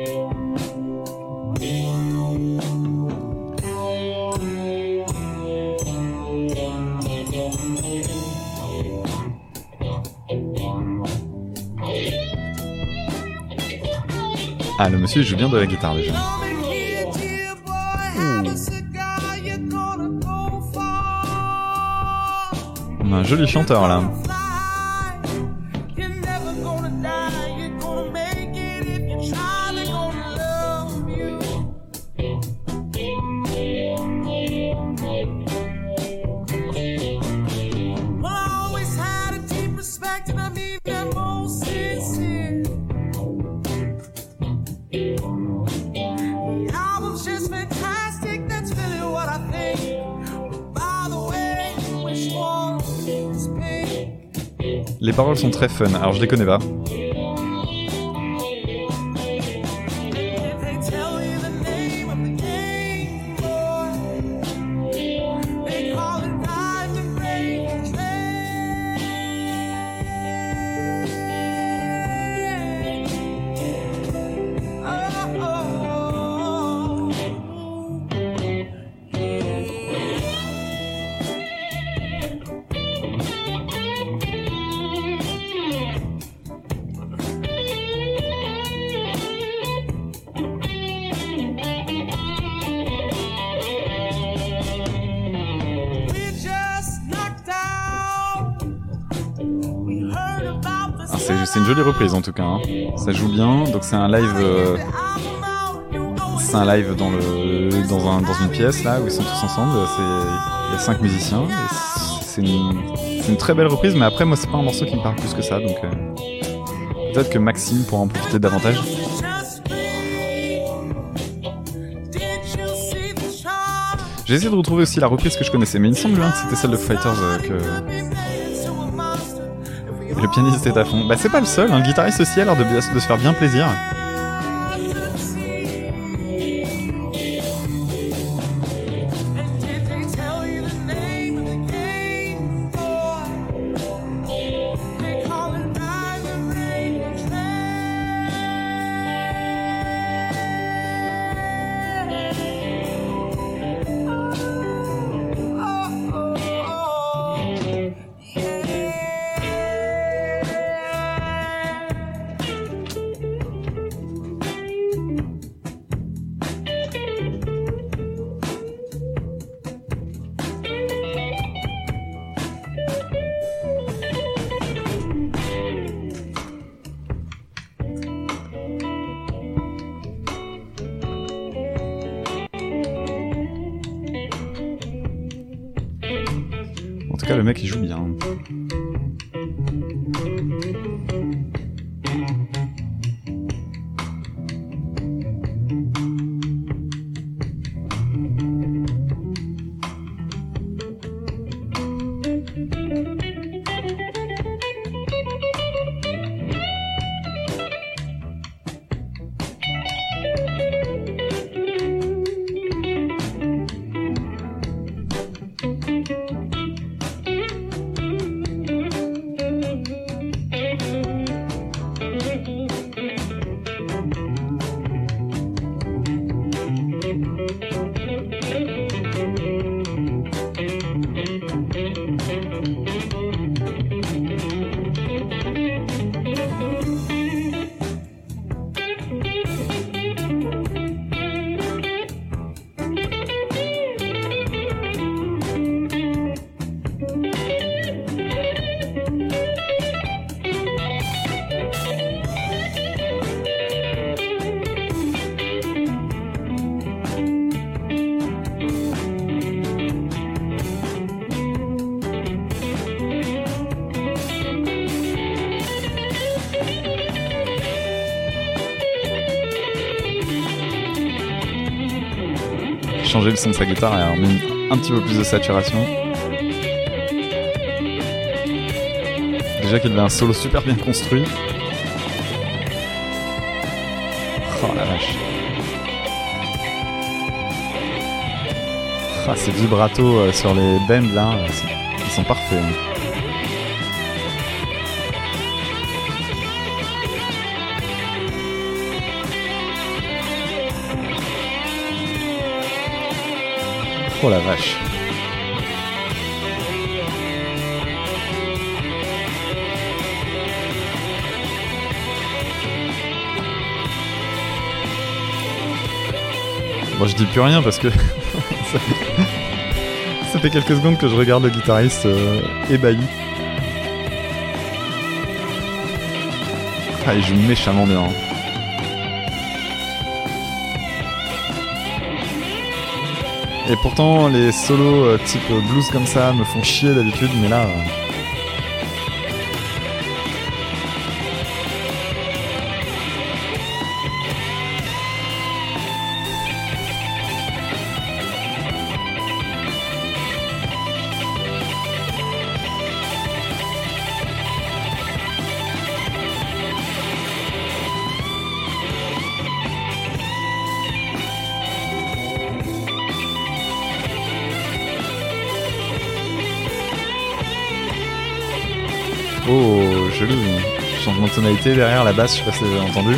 S1: Ah, le monsieur il joue bien de la guitare déjà. On a un joli chanteur là. Les paroles sont très fun, alors je les connais pas. c'est, c'est une jolie reprise en tout cas. Hein. Ça joue bien. Donc c'est un live, euh, c'est un live dans le, dans un, dans une pièce là où ils sont tous ensemble. C'est, il y a cinq musiciens. Et c'est une, c'est une très belle reprise. Mais après moi c'est pas un morceau qui me parle plus que ça. Donc euh, peut-être que Maxime pourra en profiter davantage. J'ai essayé de retrouver aussi la reprise que je connaissais, mais il me semble bien que c'était celle de Foo Fighters euh, que le pianiste est à fond. Bah c'est pas le seul, hein. Le guitariste aussi a l'air de, de se faire bien plaisir. En tout cas, le mec il joue bien. Changer le son de sa guitare et avoir mis un petit peu plus de saturation. Déjà qu'il avait un solo super bien construit. Oh la vache. Ah, ces vibratos sur les bends là, ils sont parfaits. Oh la vache. Bon, je dis plus rien parce que ça, fait... ça fait quelques secondes que je regarde le guitariste euh, ébahi. Ah, il joue méchamment bien. Et pourtant, les solos euh, type blues comme ça me font chier d'habitude, mais là... Euh... Oh, joli. Changement de tonalité derrière la basse, je sais pas si vous avez entendu.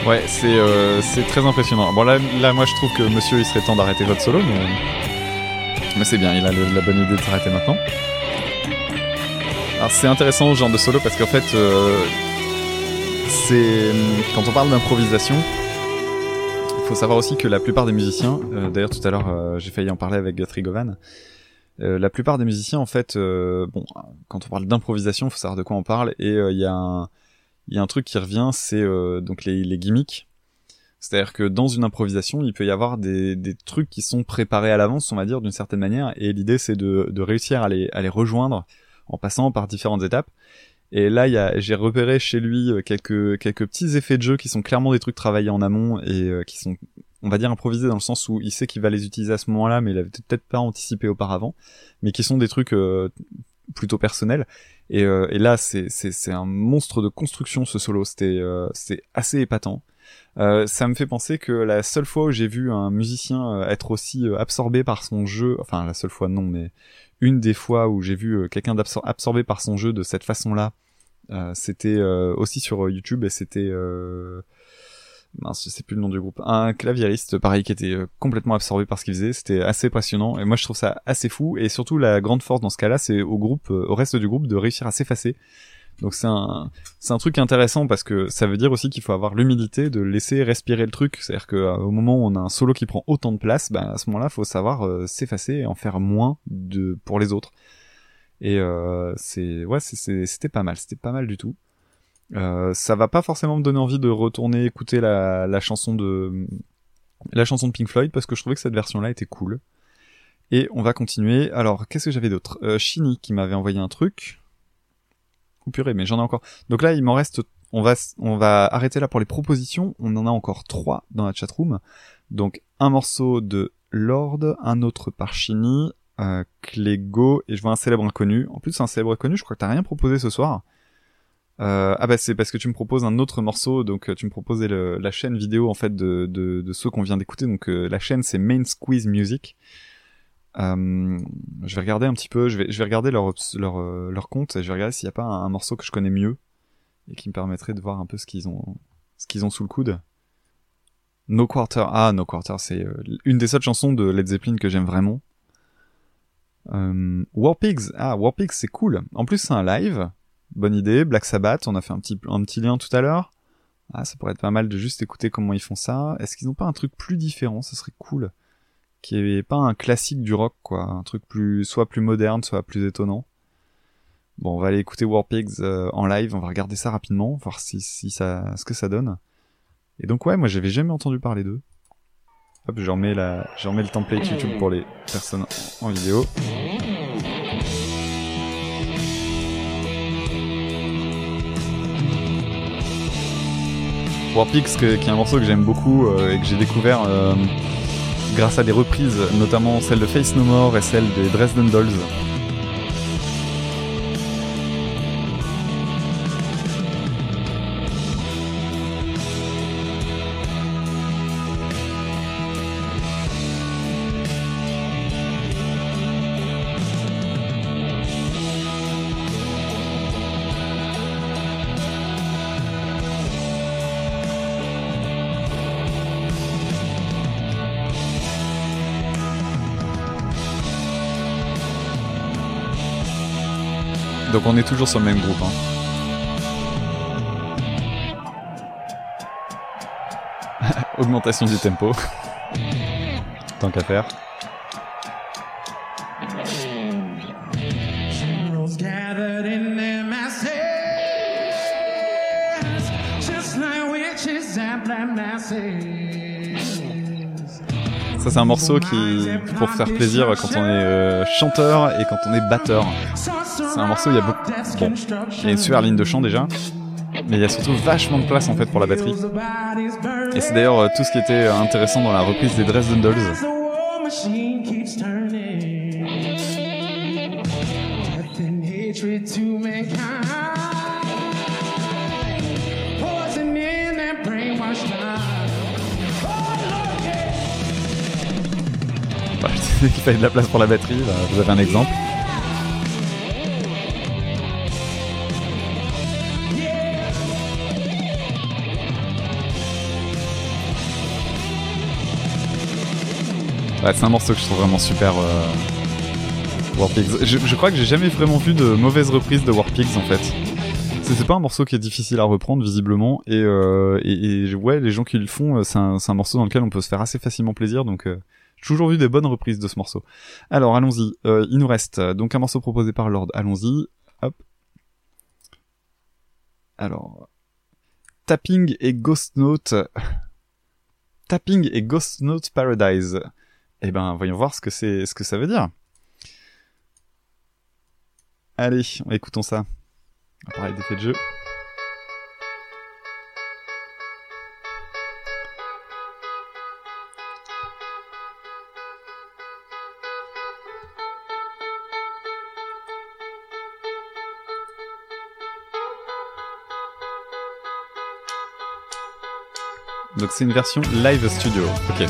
S1: Ouais, c'est, euh, c'est très impressionnant. Bon là, là, moi je trouve que monsieur il serait temps d'arrêter votre solo, mais, mais c'est bien, il a le, la bonne idée de s'arrêter maintenant. Alors c'est intéressant ce genre de solo parce qu'en fait, euh, c'est quand on parle d'improvisation, il faut savoir aussi que la plupart des musiciens, euh, d'ailleurs tout à l'heure euh, j'ai failli en parler avec Guthrie Govan, euh, la plupart des musiciens en fait, euh, bon, quand on parle d'improvisation, il faut savoir de quoi on parle et il euh, y a un Il y a un truc qui revient, c'est euh, donc les, les gimmicks. C'est-à-dire que dans une improvisation, il peut y avoir des, des trucs qui sont préparés à l'avance, on va dire, d'une certaine manière. Et l'idée, c'est de, de réussir à les, à les rejoindre en passant par différentes étapes. Et là, il y a, j'ai repéré chez lui quelques, quelques petits effets de jeu qui sont clairement des trucs travaillés en amont et euh, qui sont, on va dire, improvisés dans le sens où il sait qu'il va les utiliser à ce moment-là, mais il avait peut-être pas anticipé auparavant. Mais qui sont des trucs euh, plutôt personnels. Et, euh, et là, c'est, c'est, c'est un monstre de construction, ce solo. C'était, euh, c'est assez épatant. Euh, ça me fait penser que la seule fois où j'ai vu un musicien euh, être aussi euh, absorbé par son jeu, enfin la seule fois non, mais une des fois où j'ai vu euh, quelqu'un d'absor- absorbé par son jeu de cette façon-là, euh, c'était euh, aussi sur YouTube et c'était... Euh... mince, je sais plus le nom du groupe, un claviériste pareil qui était euh, complètement absorbé par ce qu'il faisait. C'était assez passionnant et moi je trouve ça assez fou. Et surtout la grande force dans ce cas-là, c'est au groupe, euh, au reste du groupe de réussir à s'effacer. Donc c'est un c'est un truc intéressant parce que ça veut dire aussi qu'il faut avoir l'humilité de laisser respirer le truc. C'est-à-dire que euh, au moment où on a un solo qui prend autant de place, bah à ce moment-là faut savoir euh, s'effacer et en faire moins de pour les autres. Et euh, c'est ouais c'est, c'est c'était pas mal, c'était pas mal du tout. Euh, ça va pas forcément me donner envie de retourner écouter la, la chanson de la chanson de Pink Floyd parce que je trouvais que cette version-là était cool. Et on va continuer. Alors, qu'est-ce que j'avais d'autre ? euh, Shini qui m'avait envoyé un truc. Oh purée, mais j'en ai encore. Donc là, il m'en reste. On va on va arrêter là pour les propositions. On en a encore trois dans la chatroom. Donc un morceau de Lord, un autre par Shini, euh, Clégo et je vois un célèbre inconnu. En plus, c'est un célèbre inconnu. Je crois que t'as rien proposé ce soir. Euh, ah bah c'est parce que tu me proposes un autre morceau, donc tu me proposais le, la chaîne vidéo en fait de, de, de ceux qu'on vient d'écouter, donc euh, la chaîne c'est Main Squeeze Music. Euh, je vais regarder un petit peu, je vais, je vais regarder leur, leur, euh, leur compte et je vais regarder s'il n'y a pas un, un morceau que je connais mieux et qui me permettrait de voir un peu ce qu'ils ont, ce qu'ils ont sous le coude. No Quarter, ah No Quarter, c'est euh, une des seules chansons de Led Zeppelin que j'aime vraiment. Euh, War Pigs, ah War Pigs c'est cool. En plus c'est un live. Bonne idée, Black Sabbath, on a fait un petit, un petit lien tout à l'heure. Ah, ça pourrait être pas mal de juste écouter comment ils font ça. Est-ce qu'ils n'ont pas un truc plus différent ? Ça serait cool. Qui est pas un classique du rock, quoi. Un truc plus, soit plus moderne, soit plus étonnant. Bon, on va aller écouter War Pigs euh, en live, on va regarder ça rapidement, voir si, si ça, ce que ça donne. Et donc ouais, moi j'avais jamais entendu parler d'eux. Hop, je remets la, je remets le template YouTube pour les personnes en vidéo. War Pigs, qui est un morceau que j'aime beaucoup euh, et que j'ai découvert euh, grâce à des reprises, notamment celle de Faith No More et celle des Dresden Dolls. Donc on est toujours sur le même groupe. Hein. Augmentation du tempo. Tant qu'à faire. Ça c'est un morceau qui pour faire plaisir quand on est euh, chanteur et quand on est batteur. C'est un morceau où il y a beaucoup... Bon, il y a une super ligne de chant déjà, mais il y a surtout vachement de place en fait pour la batterie. Et c'est d'ailleurs euh, tout ce qui était intéressant dans la reprise des Dresden Dolls. Bah, je disais qu'il fallait de la place pour la batterie, bah, vous avez un exemple. Ouais, c'est un morceau que je trouve vraiment super. Euh... War Pigs. Je, je crois que j'ai jamais vraiment vu de mauvaise reprise de War Pigs en fait. C'est, c'est pas un morceau qui est difficile à reprendre visiblement et, euh, et, et ouais, les gens qui le font, c'est un, c'est un morceau dans lequel on peut se faire assez facilement plaisir, donc euh, j'ai toujours vu des bonnes reprises de ce morceau. Alors allons-y, euh, il nous reste donc un morceau proposé par Lord. Allons-y, hop. Alors, Tapping et Ghost Note, Tapping et Ghost Note Paradise. Eh ben, voyons voir ce que c'est, ce que ça veut dire. Allez, écoutons ça. Appareil d'effet de jeu. Donc c'est une version live studio. Ok.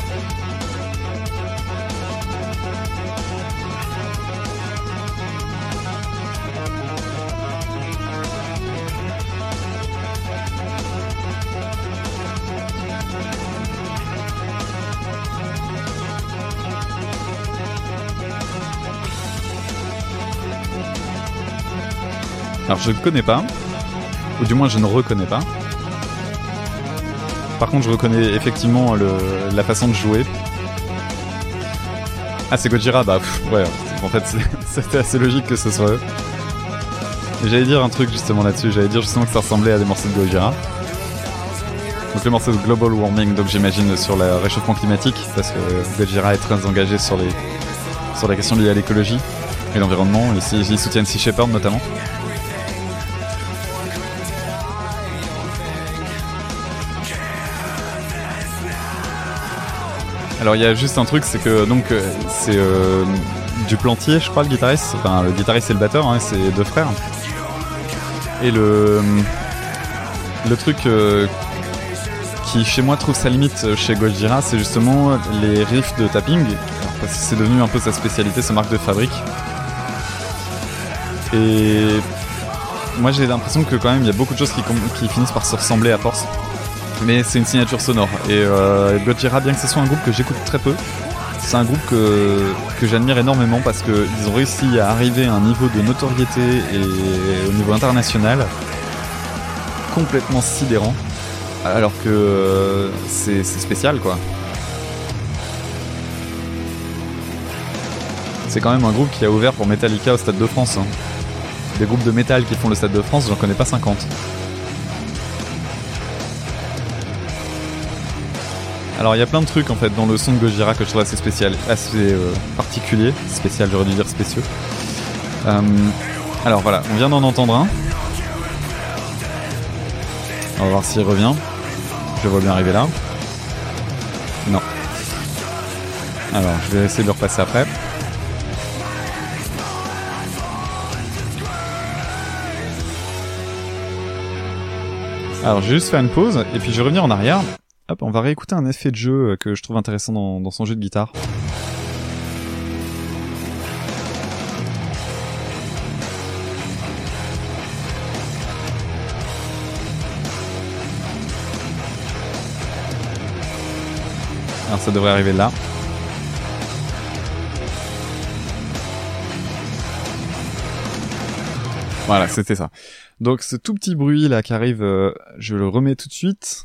S1: Alors je ne connais pas, ou du moins je ne reconnais pas. Par contre je reconnais effectivement le, la façon de jouer. Ah c'est Gojira, bah pff, ouais, en fait c'est, c'était assez logique que ce soit eux. Et j'allais dire un truc justement là-dessus, j'allais dire justement que ça ressemblait à des morceaux de Gojira. Donc le morceau de Global Warming, donc j'imagine sur le réchauffement climatique, parce que Gojira est très engagé sur, les, sur la question liée à l'écologie et l'environnement, et ils soutiennent Sea Shepherd notamment. Alors il y a juste un truc, c'est que donc euh, c'est euh, Duplantier, je crois, le guitariste. Enfin, le guitariste et le batteur, hein, c'est deux frères. Et le le truc euh, qui chez moi trouve sa limite chez Gojira, c'est justement les riffs de tapping, parce que c'est devenu un peu sa spécialité, sa marque de fabrique. Et moi j'ai l'impression que quand même il y a beaucoup de choses qui, qui finissent par se ressembler à force. Mais c'est une signature sonore. Et euh, Gojira, bien que ce soit un groupe que j'écoute très peu, c'est un groupe que, que j'admire énormément parce qu'ils ont réussi à arriver à un niveau de notoriété et au niveau international complètement sidérant, alors que euh, c'est, c'est spécial quoi. C'est quand même un groupe qui a ouvert pour Metallica au Stade de France. Hein. Des groupes de métal qui font le Stade de France, j'en connais pas cinquante. Alors il y a plein de trucs en fait dans le son de Gojira que je trouve assez spécial, assez euh, particulier, spécial j'aurais dû dire spécieux. Euh, alors voilà, on vient d'en entendre un. On va voir s'il revient. Je vois bien arriver là. Non. Alors je vais essayer de le repasser après. Alors je vais juste faire une pause et puis je vais revenir en arrière. Hop, on va réécouter un effet de jeu que je trouve intéressant dans, dans son jeu de guitare. Alors ça devrait arriver là. Voilà, c'était ça. Donc ce tout petit bruit là qui arrive, euh, je le remets tout de suite.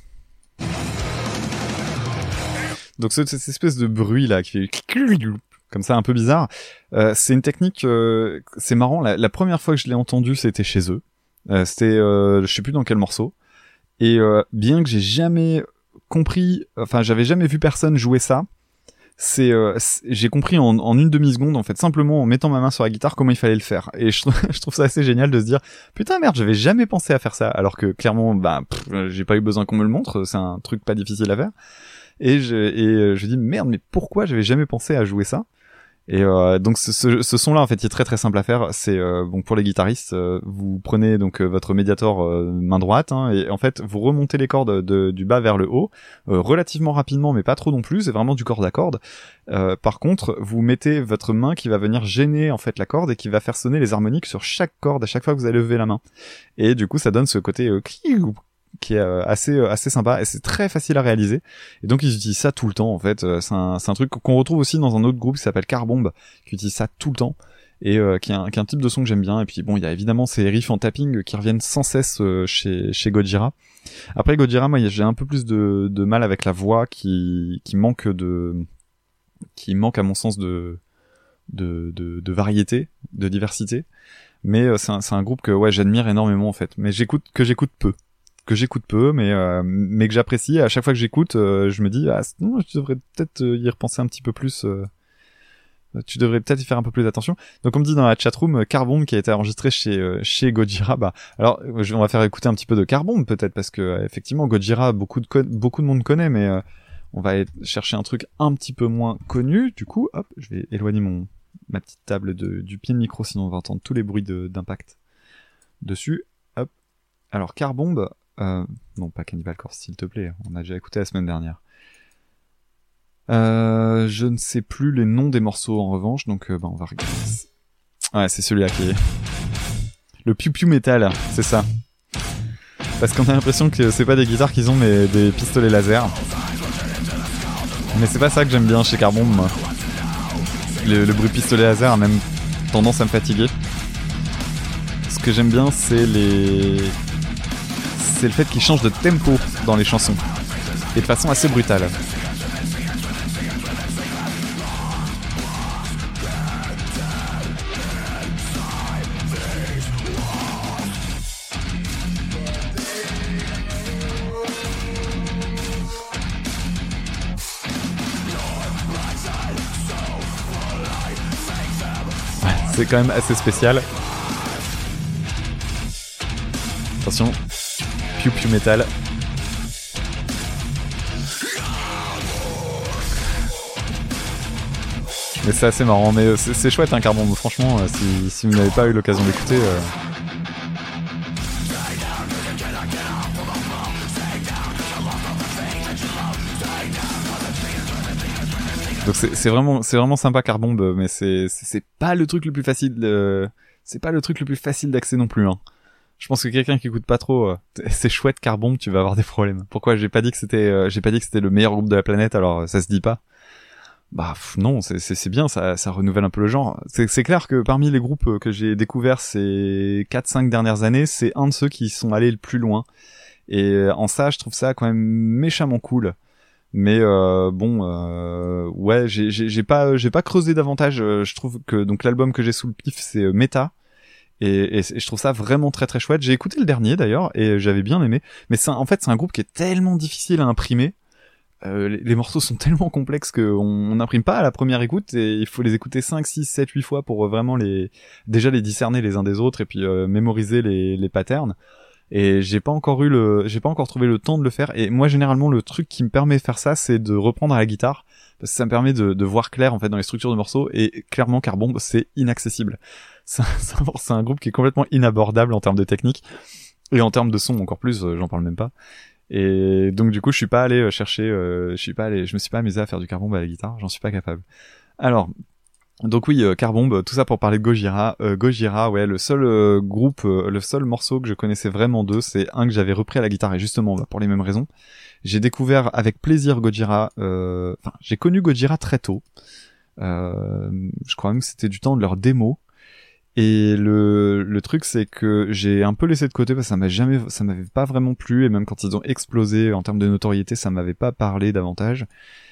S1: Donc cette espèce de bruit là qui fait comme ça un peu bizarre, euh, c'est une technique, euh, c'est marrant. La, la première fois que je l'ai entendu, c'était chez eux. Euh, c'était, euh, je sais plus dans quel morceau. Et euh, bien que j'ai jamais compris, enfin j'avais jamais vu personne jouer ça. C'est, euh, c'est j'ai compris en, en une demi-seconde en fait, simplement en mettant ma main sur la guitare comment il fallait le faire. Et je, je trouve ça assez génial de se dire putain merde, j'avais jamais pensé à faire ça, alors que clairement bah pff, j'ai pas eu besoin qu'on me le montre, c'est un truc pas difficile à faire. Et je, et je dis merde, mais pourquoi j'avais jamais pensé à jouer ça? Et euh, donc ce, ce, ce son-là en fait, il est très très simple à faire. C'est euh, bon pour les guitaristes, euh, vous prenez donc euh, votre médiator euh, main droite hein, et en fait vous remontez les cordes de, du bas vers le haut euh, relativement rapidement, mais pas trop non plus. C'est vraiment du corde à corde. Euh, par contre, vous mettez votre main qui va venir gêner en fait la corde et qui va faire sonner les harmoniques sur chaque corde à chaque fois que vous allez lever la main. Et du coup, ça donne ce côté euh, qui est euh, assez euh, assez sympa et c'est très facile à réaliser. Et donc ils utilisent ça tout le temps en fait. Euh, c'est un c'est un truc qu'on retrouve aussi dans un autre groupe qui s'appelle Carbomb, qui utilise ça tout le temps et euh, qui est un qui est un type de son que j'aime bien. Et puis bon, il y a évidemment ces riffs en tapping qui reviennent sans cesse euh, chez chez Gojira. Après Gojira, moi j'ai un peu plus de de mal avec la voix qui qui manque de qui manque à mon sens de de de, de variété, de diversité. Mais euh, c'est un c'est un groupe que ouais j'admire énormément en fait, mais j'écoute que j'écoute peu, que j'écoute peu, mais euh, mais que j'apprécie. À chaque fois que j'écoute, euh, je me dis ah non, tu devrais peut-être y repenser un petit peu plus. Euh, tu devrais peut-être y faire un peu plus attention. Donc on me dit dans la chatroom Carbomb qui a été enregistré chez euh, chez Gojira. Bah alors on va faire écouter un petit peu de Carbomb peut-être parce que euh, effectivement Gojira beaucoup de con- beaucoup de monde connaît, mais euh, on va chercher un truc un petit peu moins connu. Du coup, hop, je vais éloigner mon ma petite table de, du pied de micro, sinon on va entendre tous les bruits de, d'impact dessus. Hop. Alors Carbomb, euh, non pas Cannibal Corpse s'il te plaît, on a déjà écouté la semaine dernière. Euh, je ne sais plus les noms des morceaux en revanche, donc euh, bah, on va regarder. Ouais, c'est celui-là qui est le Piu Piu Metal, c'est ça. Parce qu'on a l'impression que c'est pas des guitares qu'ils ont, mais des pistolets laser. Mais c'est pas ça que j'aime bien chez Carbomb, moi. Le, le bruit pistolet laser a même tendance à me fatiguer. Ce que j'aime bien, c'est les, c'est le fait qu'ils changent de tempo dans les chansons et de façon assez brutale. C'est quand même assez spécial. Attention, Piu Piu Metal. Mais c'est assez marrant, mais c'est, c'est chouette, hein, Carbomb. Franchement, euh, si, si vous n'avez pas eu l'occasion d'écouter. Euh... Donc c'est, c'est vraiment, c'est vraiment sympa Carbomb, mais c'est, c'est, c'est pas le truc le plus facile, de... c'est pas le truc le plus facile d'accès non plus, hein. Je pense que quelqu'un qui écoute pas trop, euh, c'est chouette Carbomb, tu vas avoir des problèmes. Pourquoi j'ai pas dit que c'était, euh, j'ai pas dit que c'était le meilleur groupe de la planète, alors ça se dit pas. Bah pff, non, c'est, c'est, c'est bien, ça, ça renouvelle un peu le genre. C'est, c'est clair que parmi les groupes que j'ai découverts ces quatre cinq dernières années, c'est un de ceux qui sont allés le plus loin. Et en ça, je trouve ça quand même méchamment cool. Mais euh, bon, euh, ouais, j'ai, j'ai, j'ai pas, j'ai pas creusé davantage. Je trouve que donc l'album que j'ai sous le pif, c'est Meta, et, et, et je trouve ça vraiment très très chouette. J'ai écouté le dernier d'ailleurs et j'avais bien aimé. Mais c'est, en fait, c'est un groupe qui est tellement difficile à imprimer. Euh, les, les morceaux sont tellement complexes qu'on n'imprime pas à la première écoute et il faut les écouter cinq, six, sept, huit fois pour vraiment les, déjà les discerner les uns des autres et puis euh, mémoriser les, les patterns. Et j'ai pas encore eu le, j'ai pas encore trouvé le temps de le faire. Et moi, généralement, le truc qui me permet de faire ça, c'est de reprendre à la guitare. Parce que ça me permet de, de voir clair, en fait, dans les structures de morceaux. Et clairement, Carbomb, c'est inaccessible. C'est un, c'est un groupe qui est complètement inabordable en termes de technique. Et en termes de son, encore plus, j'en parle même pas. Et donc, du coup, je suis pas allé chercher, euh, je suis pas allé, je me suis pas amusé à faire du Carbomb à la guitare. J'en suis pas capable. Alors, donc oui, euh, Carbomb, tout ça pour parler de Gojira. Euh, Gojira, ouais, le seul euh, groupe, euh, le seul morceau que je connaissais vraiment d'eux, c'est un que j'avais repris à la guitare, et justement, bah, pour les mêmes raisons. J'ai découvert avec plaisir Gojira, euh, enfin, j'ai connu Gojira très tôt. Euh, je crois même que c'était du temps de leur démo. Et le, le truc, c'est que j'ai un peu laissé de côté parce que ça m'a jamais, ça m'avait pas vraiment plu, et même quand ils ont explosé en termes de notoriété, ça m'avait pas parlé davantage.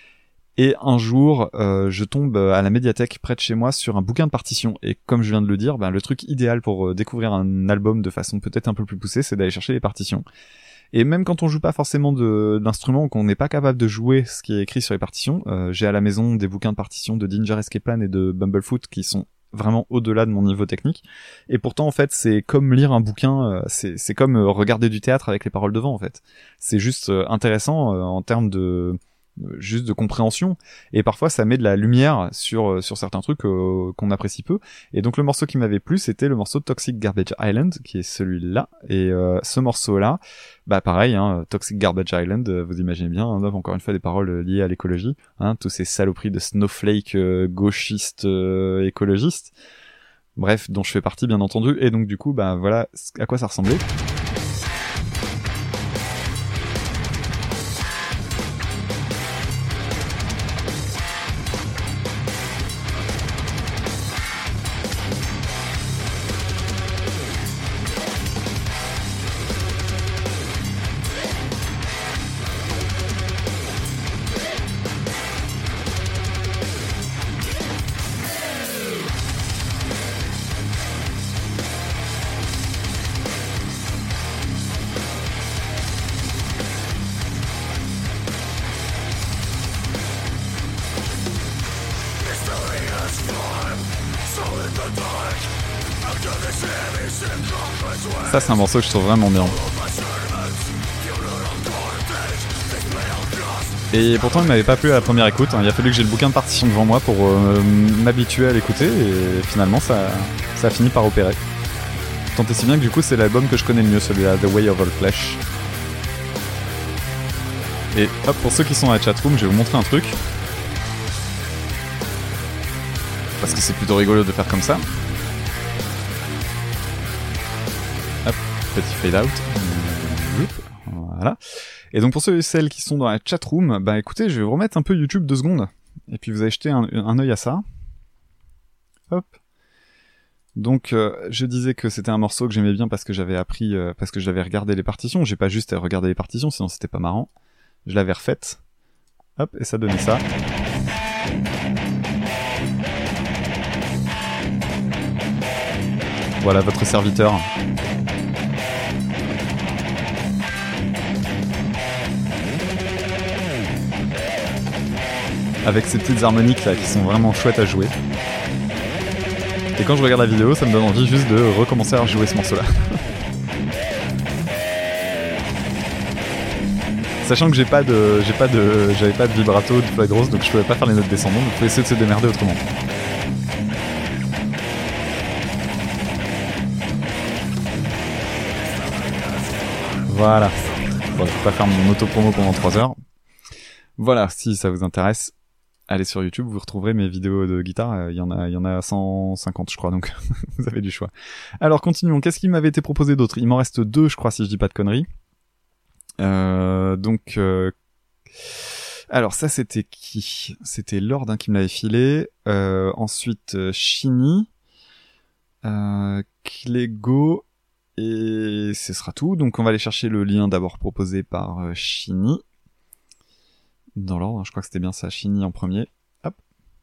S1: Et un jour, euh, je tombe à la médiathèque près de chez moi sur un bouquin de partition. Et comme je viens de le dire, ben, le truc idéal pour euh, découvrir un album de façon peut-être un peu plus poussée, c'est d'aller chercher les partitions. Et même quand on joue pas forcément de, d'instruments ou qu'on n'est pas capable de jouer ce qui est écrit sur les partitions, euh, j'ai à la maison des bouquins de partition de Danger Escape Plan et de Bumblefoot qui sont vraiment au-delà de mon niveau technique. Et pourtant, en fait, c'est comme lire un bouquin, euh, c'est, c'est comme euh, regarder du théâtre avec les paroles devant, en fait. C'est juste euh, intéressant euh, en termes de... juste de compréhension, et parfois ça met de la lumière sur sur certains trucs euh, qu'on apprécie peu. Et donc le morceau qui m'avait plu, c'était le morceau Toxic Garbage Island, qui est celui-là. Et euh, ce morceau-là, bah pareil, hein, Toxic Garbage Island, vous imaginez bien, hein, encore une fois des paroles liées à l'écologie, hein, tous ces saloperies de snowflake euh, gauchistes euh, écologistes, bref, dont je fais partie bien entendu. Et donc du coup, bah voilà à quoi ça ressemblait. Ça, c'est un morceau que je trouve vraiment bien. Et pourtant, il m'avait pas plu à la première écoute. Il a fallu que j'ai le bouquin de partition devant moi pour euh, m'habituer à l'écouter. Et finalement, ça, ça a fini par opérer. Tant et si bien que du coup, c'est l'album que je connais le mieux, celui-là, The Way of All Flesh. Et hop, pour ceux qui sont dans la chatroom, je vais vous montrer un truc. Parce que c'est plutôt rigolo de faire comme ça. Hop, petit fade out. Voilà. Et donc pour ceux et celles qui sont dans la chatroom, bah écoutez, je vais vous remettre un peu YouTube deux secondes. Et puis vous allez jeter un, un œil à ça. Hop. Donc euh, je disais que c'était un morceau que j'aimais bien parce que j'avais appris, euh, parce que j'avais regardé les partitions. J'ai pas juste regardé les partitions, sinon c'était pas marrant. Je l'avais refaite. Hop, et ça donnait ça. Voilà votre serviteur. Avec ces petites harmoniques là qui sont vraiment chouettes à jouer. Et quand je regarde la vidéo, ça me donne envie juste de recommencer à rejouer ce morceau là. Sachant que j'ai pas de, j'ai pas de, j'avais pas de vibrato de Floyd Rose, donc je pouvais pas faire les notes descendantes, donc il faut essayer de se démerder autrement. Voilà. Bon, je vais pas faire mon auto-promo pendant trois heures. Voilà, si ça vous intéresse, allez sur YouTube, vous retrouverez mes vidéos de guitare. Il y en a, il y en a cent cinquante, je crois, donc vous avez du choix. Alors, continuons. Qu'est-ce qui m'avait été proposé d'autre ? Il m'en reste deux, je crois, si je dis pas de conneries. Euh, donc, euh... alors ça, c'était qui ? C'était Lord hein, qui me l'avait filé. Euh, ensuite, euh, Shini, euh, Clégo. Et ce sera tout. Donc on va aller chercher le lien d'abord proposé par euh, Shini. Dans l'ordre, je crois que c'était bien ça, Shini en premier. Hop.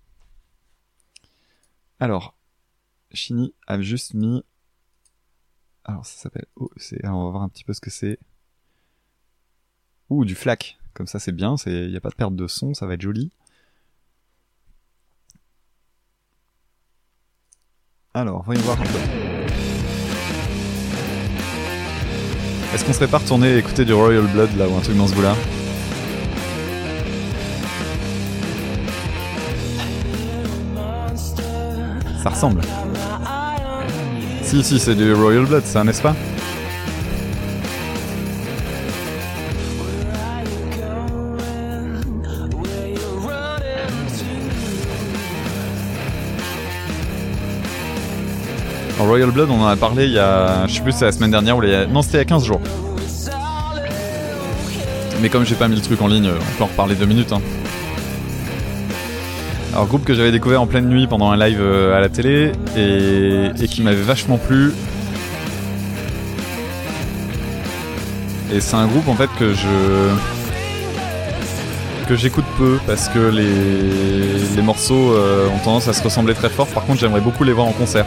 S1: Alors, Shini a juste mis... Alors ça s'appelle... Oh, c'est... Alors, on va voir un petit peu ce que c'est. Ouh, du FLAC. Comme ça c'est bien, il n'y a pas de perte de son, ça va être joli. Alors, voyons voir un peu. Est-ce qu'on serait pas retourné écouter du Royal Blood là ou un truc dans ce goût là? Ça ressemble. Si si c'est du Royal Blood ça, n'est-ce pas? Royal Blood, on en a parlé il y a, je sais plus, c'est la semaine dernière ou les... non, c'était il y a quinze jours. Mais comme j'ai pas mis le truc en ligne, on peut en reparler deux minutes. Hein. Alors, groupe que j'avais découvert en pleine nuit pendant un live à la télé et, et qui m'avait vachement plu. Et c'est un groupe en fait que je que j'écoute peu parce que les les morceaux euh, ont tendance à se ressembler très fort. Par contre, j'aimerais beaucoup les voir en concert.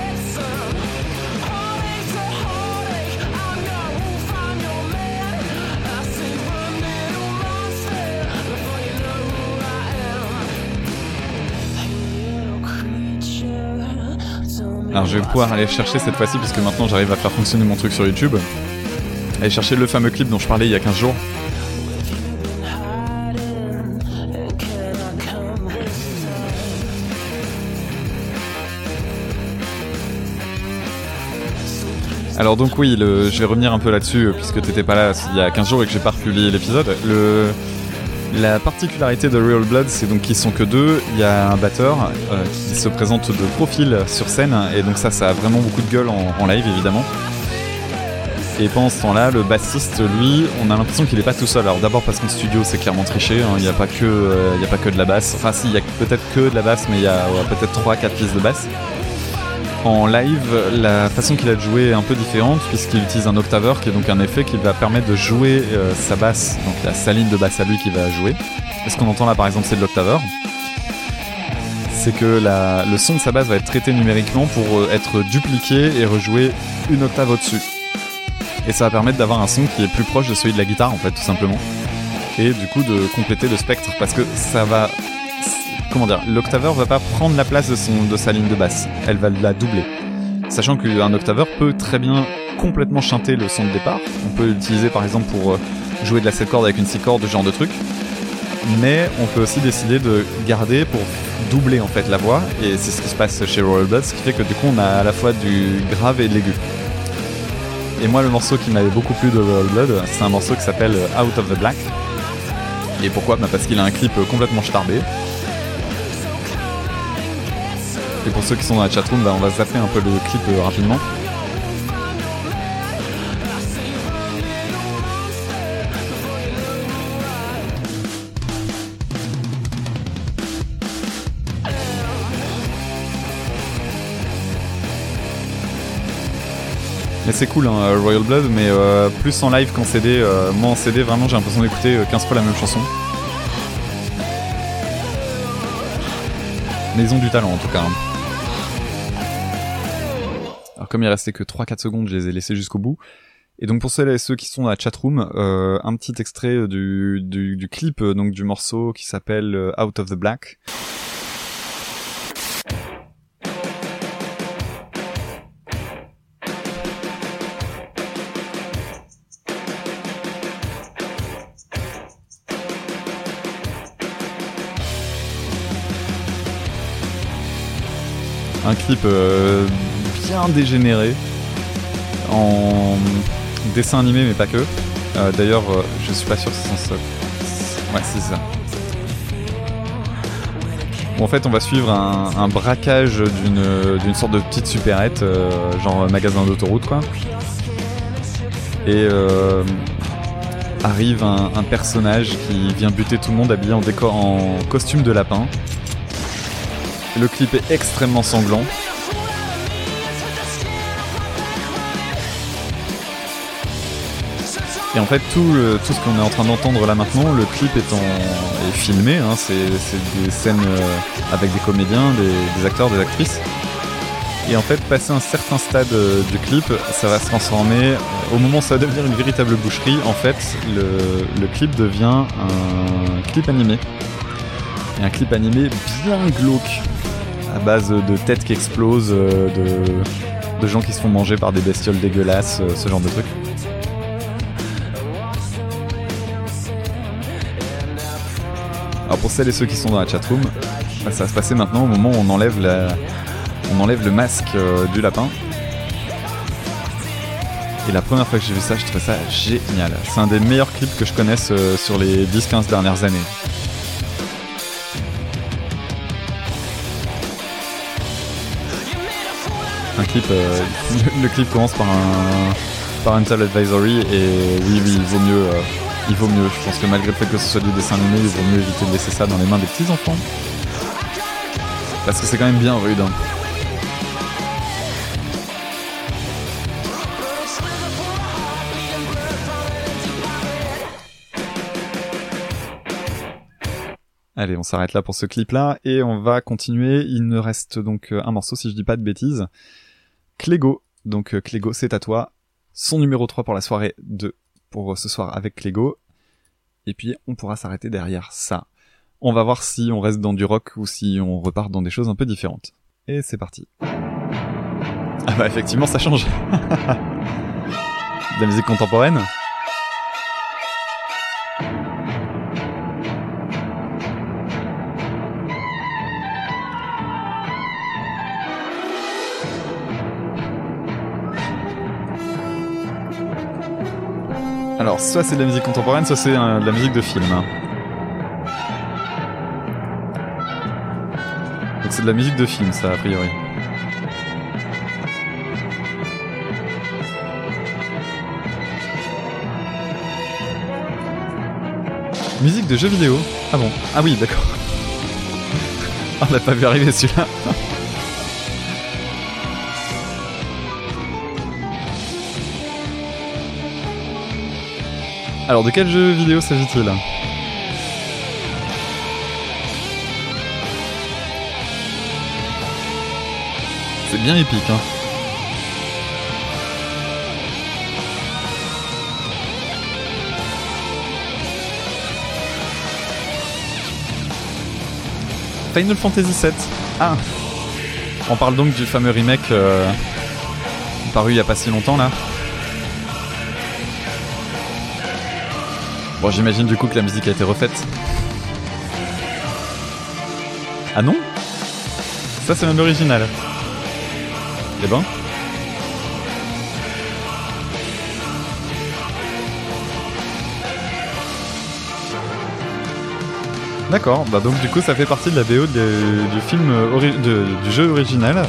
S1: Alors je vais pouvoir aller chercher cette fois-ci puisque maintenant j'arrive à faire fonctionner mon truc sur YouTube. Aller chercher le fameux clip dont je parlais il y a quinze jours. Alors donc oui, le, je vais revenir un peu là-dessus puisque t'étais pas là il y a quinze jours et que j'ai pas republié l'épisode. Le... La particularité de Royal Blood, c'est donc qu'ils sont que deux. Il y a un batteur euh, qui se présente de profil sur scène, et donc ça, ça a vraiment beaucoup de gueule en, en live, évidemment. Et pendant ce temps-là, le bassiste, lui, on a l'impression qu'il est pas tout seul. Alors d'abord parce qu'en studio, c'est clairement triché. Hein. Il n'y a pas que, euh, il y a pas que de la basse. Enfin, si, il y a peut-être que de la basse, mais il y a ouais, peut-être trois, quatre pistes de basse. En live, la façon qu'il a de jouer est un peu différente puisqu'il utilise un octaveur qui est donc un effet qui va permettre de jouer euh, sa basse, donc la, sa ligne de basse à lui qui va jouer. Et ce qu'on entend là par exemple c'est de l'octaveur. C'est que la, le son de sa basse va être traité numériquement pour euh, être dupliqué et rejouer une octave au-dessus. Et ça va permettre d'avoir un son qui est plus proche de celui de la guitare en fait tout simplement. Et du coup de compléter le spectre parce que ça va... comment dire, l'octaveur va pas prendre la place de, son, de sa ligne de basse, elle va la doubler. Sachant qu'un octaveur peut très bien complètement chanter le son de départ. On peut l'utiliser par exemple pour jouer de la sept cordes avec une six cordes, ce genre de truc. Mais on peut aussi décider de garder pour doubler en fait la voix, et c'est ce qui se passe chez Royal Blood, ce qui fait que du coup on a à la fois du grave et de l'aigu. Et moi, le morceau qui m'avait beaucoup plu de Royal Blood, c'est un morceau qui s'appelle Out of the Black. Et pourquoi ? Bah parce qu'il a un clip complètement starbé. Et pour ceux qui sont dans la chatroom, bah on va zapper un peu le clip euh, rapidement. Mais c'est cool, hein, Royal Blood, mais euh, plus en live qu'en C D. Euh, moi en C D, vraiment j'ai l'impression d'écouter quinze fois la même chanson. Mais ils ont du talent en tout cas. Hein. Alors comme il restait que trois quatre secondes, je les ai laissés jusqu'au bout. Et donc pour celles et ceux qui sont dans la chatroom, euh, un petit extrait du, du, du clip donc du morceau qui s'appelle Out of the Black. Un clip euh, bien dégénéré, en dessin animé mais pas que. Euh, d'ailleurs, euh, je suis pas sûr que c'est censé... Ouais, c'est ça. Bon, en fait, on va suivre un, un braquage d'une, d'une sorte de petite supérette, euh, genre magasin d'autoroute, quoi. Et euh, arrive un, un personnage qui vient buter tout le monde habillé en, décor, en costume de lapin. Le clip est extrêmement sanglant. Et en fait, tout, le, tout ce qu'on est en train d'entendre là maintenant, le clip est, en, est filmé. Hein, c'est, c'est des scènes avec des comédiens, des, des acteurs, des actrices. Et en fait, passé un certain stade du clip, ça va se transformer... Au moment où ça va devenir une véritable boucherie, en fait, le, le clip devient un clip animé. Et un clip animé bien glauque, à base de têtes qui explosent, de, de gens qui se font manger par des bestioles dégueulasses, ce genre de trucs. Alors pour celles et ceux qui sont dans la chatroom, bah ça va se passer maintenant au moment où on enlève, la, on enlève le masque euh, du lapin. Et la première fois que j'ai vu ça, je trouvais ça génial. C'est un des meilleurs clips que je connaisse euh, sur les dix quinze dernières années. Un clip, euh, le, le clip commence par un parental advisory et oui, oui, il vaut mieux, euh, il vaut mieux. Je pense que malgré le fait que ce soit du dessin animé, il vaut mieux éviter de laisser ça dans les mains des petits enfants, parce que c'est quand même bien rude. Hein. Allez, on s'arrête là pour ce clip-là et on va continuer. Il ne reste donc un morceau, si je dis pas de bêtises. Clégo. Donc Clégo, c'est à toi. Son numéro trois pour la soirée deux pour ce soir avec Clégo. Et puis on pourra s'arrêter derrière ça. On va voir si on reste dans du rock ou si on repart dans des choses un peu différentes. Et c'est parti. Ah bah effectivement, ça change. De la musique contemporaine. Alors, soit c'est de la musique contemporaine, soit c'est euh, de la musique de film. Hein. Donc c'est de la musique de film, ça, a priori. Musique de jeux vidéo. Ah bon. Ah oui, d'accord. On l'a pas vu arriver celui-là. Alors, de quel jeu vidéo s'agit-il ? C'est bien épique, hein.
S4: Final Fantasy sept. Ah. On parle donc du fameux remake euh, paru il y a pas si longtemps là. Bon, j'imagine du coup que la musique a été refaite. Ah non ? Ça c'est même l'original. Eh ben. D'accord, bah donc du coup ça fait partie de la B O de, du film ori- de, du jeu original.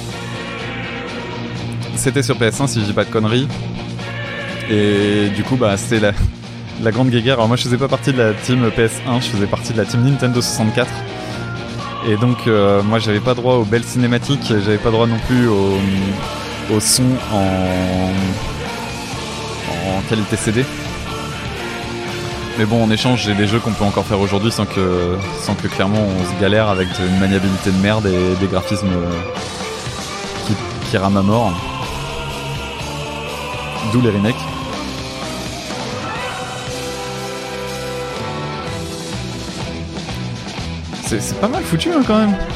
S4: C'était sur P S un si je dis pas de conneries. Et du coup bah c'était la, la grande guéguerre. Alors moi je faisais pas partie de la team P S un, je faisais partie de la team Nintendo soixante-quatre. Et donc euh, moi j'avais pas droit aux belles cinématiques, j'avais pas droit non plus au, au son en, en qualité C D. Mais bon, en échange, j'ai des jeux qu'on peut encore faire aujourd'hui sans que, sans que clairement on se galère avec une maniabilité de merde et des graphismes qui, qui rament à mort. D'où les remakes. C'est, c'est pas mal foutu hein, quand même.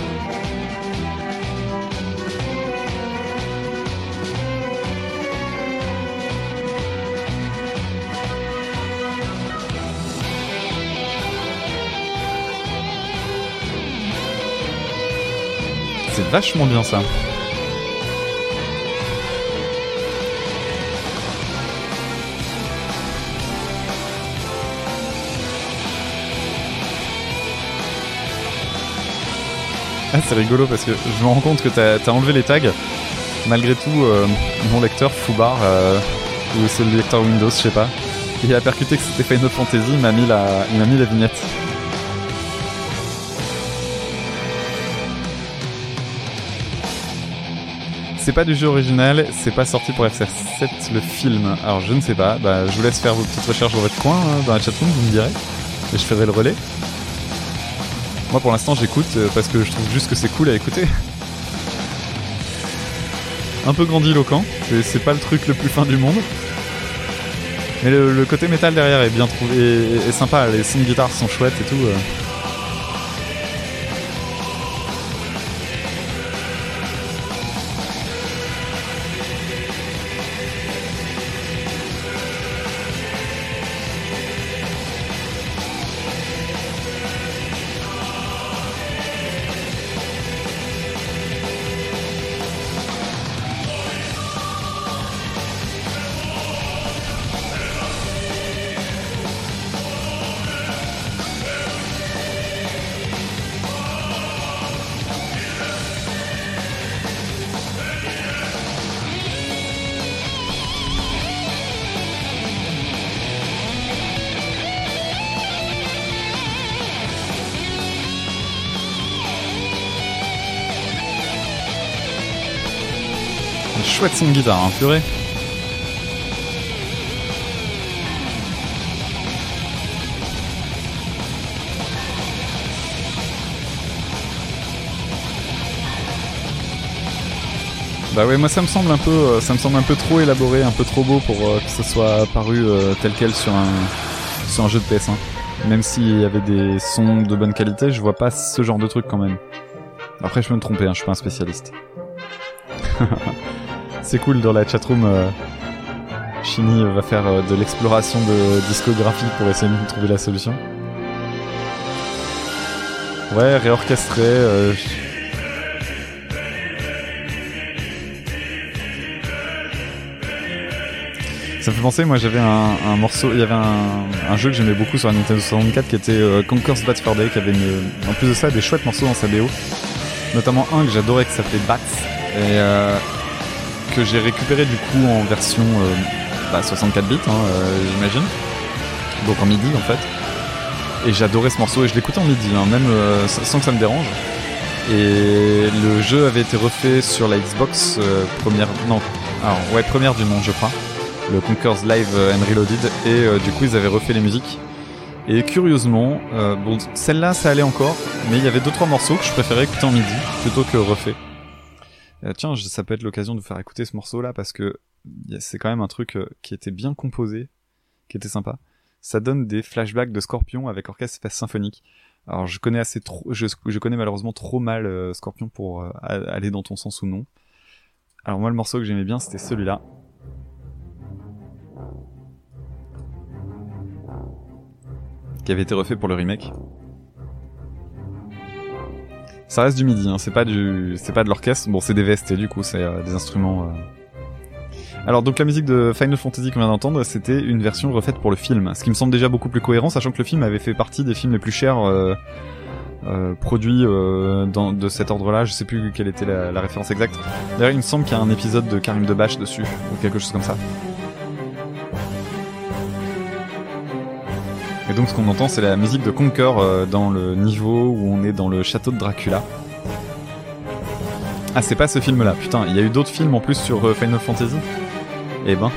S4: C'est vachement bien ça. Ah c'est rigolo parce que je me rends compte que t'as, t'as enlevé les tags. Malgré tout, euh, mon lecteur Foubar, euh, ou c'est le lecteur Windows, je sais pas, il a percuté que c'était Final Fantasy, il m'a mis la, il m'a mis la vignette. C'est pas du jeu original, c'est pas sorti pour F C sept le film. Alors je ne sais pas, bah je vous laisse faire vos petites recherches dans votre coin, hein, dans la chatroom, vous me direz. Et je ferai le relais. Moi pour l'instant j'écoute euh, parce que je trouve juste que c'est cool à écouter. Un peu grandiloquent, c'est, c'est pas le truc le plus fin du monde. Mais le, le côté métal derrière est bien trouvé, est, est sympa, les sons de guitare sont chouettes et tout. Euh. Chouette son de guitare, hein, purée. Bah ouais, moi ça me semble un peu, ça me semble un peu trop élaboré, un peu trop beau pour euh, que ce soit apparu euh, tel quel sur un, sur un jeu de P S un. Même s'il y avait des sons de bonne qualité, je vois pas ce genre de truc quand même. Après je peux me tromper, hein, je suis pas un spécialiste. C'est cool dans la chatroom. Euh, Chini va faire euh, de l'exploration de discographie pour essayer de trouver la solution. Ouais, réorchestré. Euh, Ça me fait penser, moi j'avais un, un morceau, il y avait un, un jeu que j'aimais beaucoup sur la Nintendo soixante-quatre qui était euh, Conker's Bad Fur Day, qui avait une, en plus de ça des chouettes morceaux dans sa B O. Notamment un que j'adorais qui s'appelait Bats, et euh, que j'ai récupéré du coup en version euh, bah, soixante-quatre bits, hein, euh, j'imagine. Donc en MIDI en fait. Et j'adorais ce morceau et je l'écoutais en MIDI, hein, même euh, sans que ça me dérange. Et le jeu avait été refait sur la Xbox euh, première, non, alors ouais première du nom je crois. Le Conker's Live and Reloaded, et euh, du coup ils avaient refait les musiques. Et curieusement, euh, bon, celle-là ça allait encore, mais il y avait deux trois morceaux que je préférais écouter en MIDI plutôt que refait. Euh, tiens, ça peut être l'occasion de vous faire écouter ce morceau-là parce que c'est quand même un truc euh, qui était bien composé, qui était sympa. Ça donne des flashbacks de Scorpion avec orchestre symphonique. Alors je connais assez trop, je, je connais malheureusement trop mal euh, Scorpion pour euh, aller dans ton sens ou non. Alors moi le morceau que j'aimais bien c'était celui-là. Qui avait été refait pour le remake. Ça reste du midi, hein, c'est pas du, c'est pas de l'orchestre. Bon, c'est des V S T du coup, c'est euh, des instruments. Euh... Alors donc la musique de Final Fantasy qu'on vient d'entendre, c'était une version refaite pour le film, ce qui me semble déjà beaucoup plus cohérent, sachant que le film avait fait partie des films les plus chers euh, euh, produits euh, dans, de cet ordre-là. Je sais plus quelle était la, la référence exacte. D'ailleurs, il me semble qu'il y a un épisode de Karim Debache dessus ou quelque chose comme ça. Et donc ce qu'on entend c'est la musique de Conker euh, dans le niveau où on est dans le château de Dracula. Ah c'est pas ce film là, putain, il y a eu d'autres films en plus sur euh, Final Fantasy. Eh ben...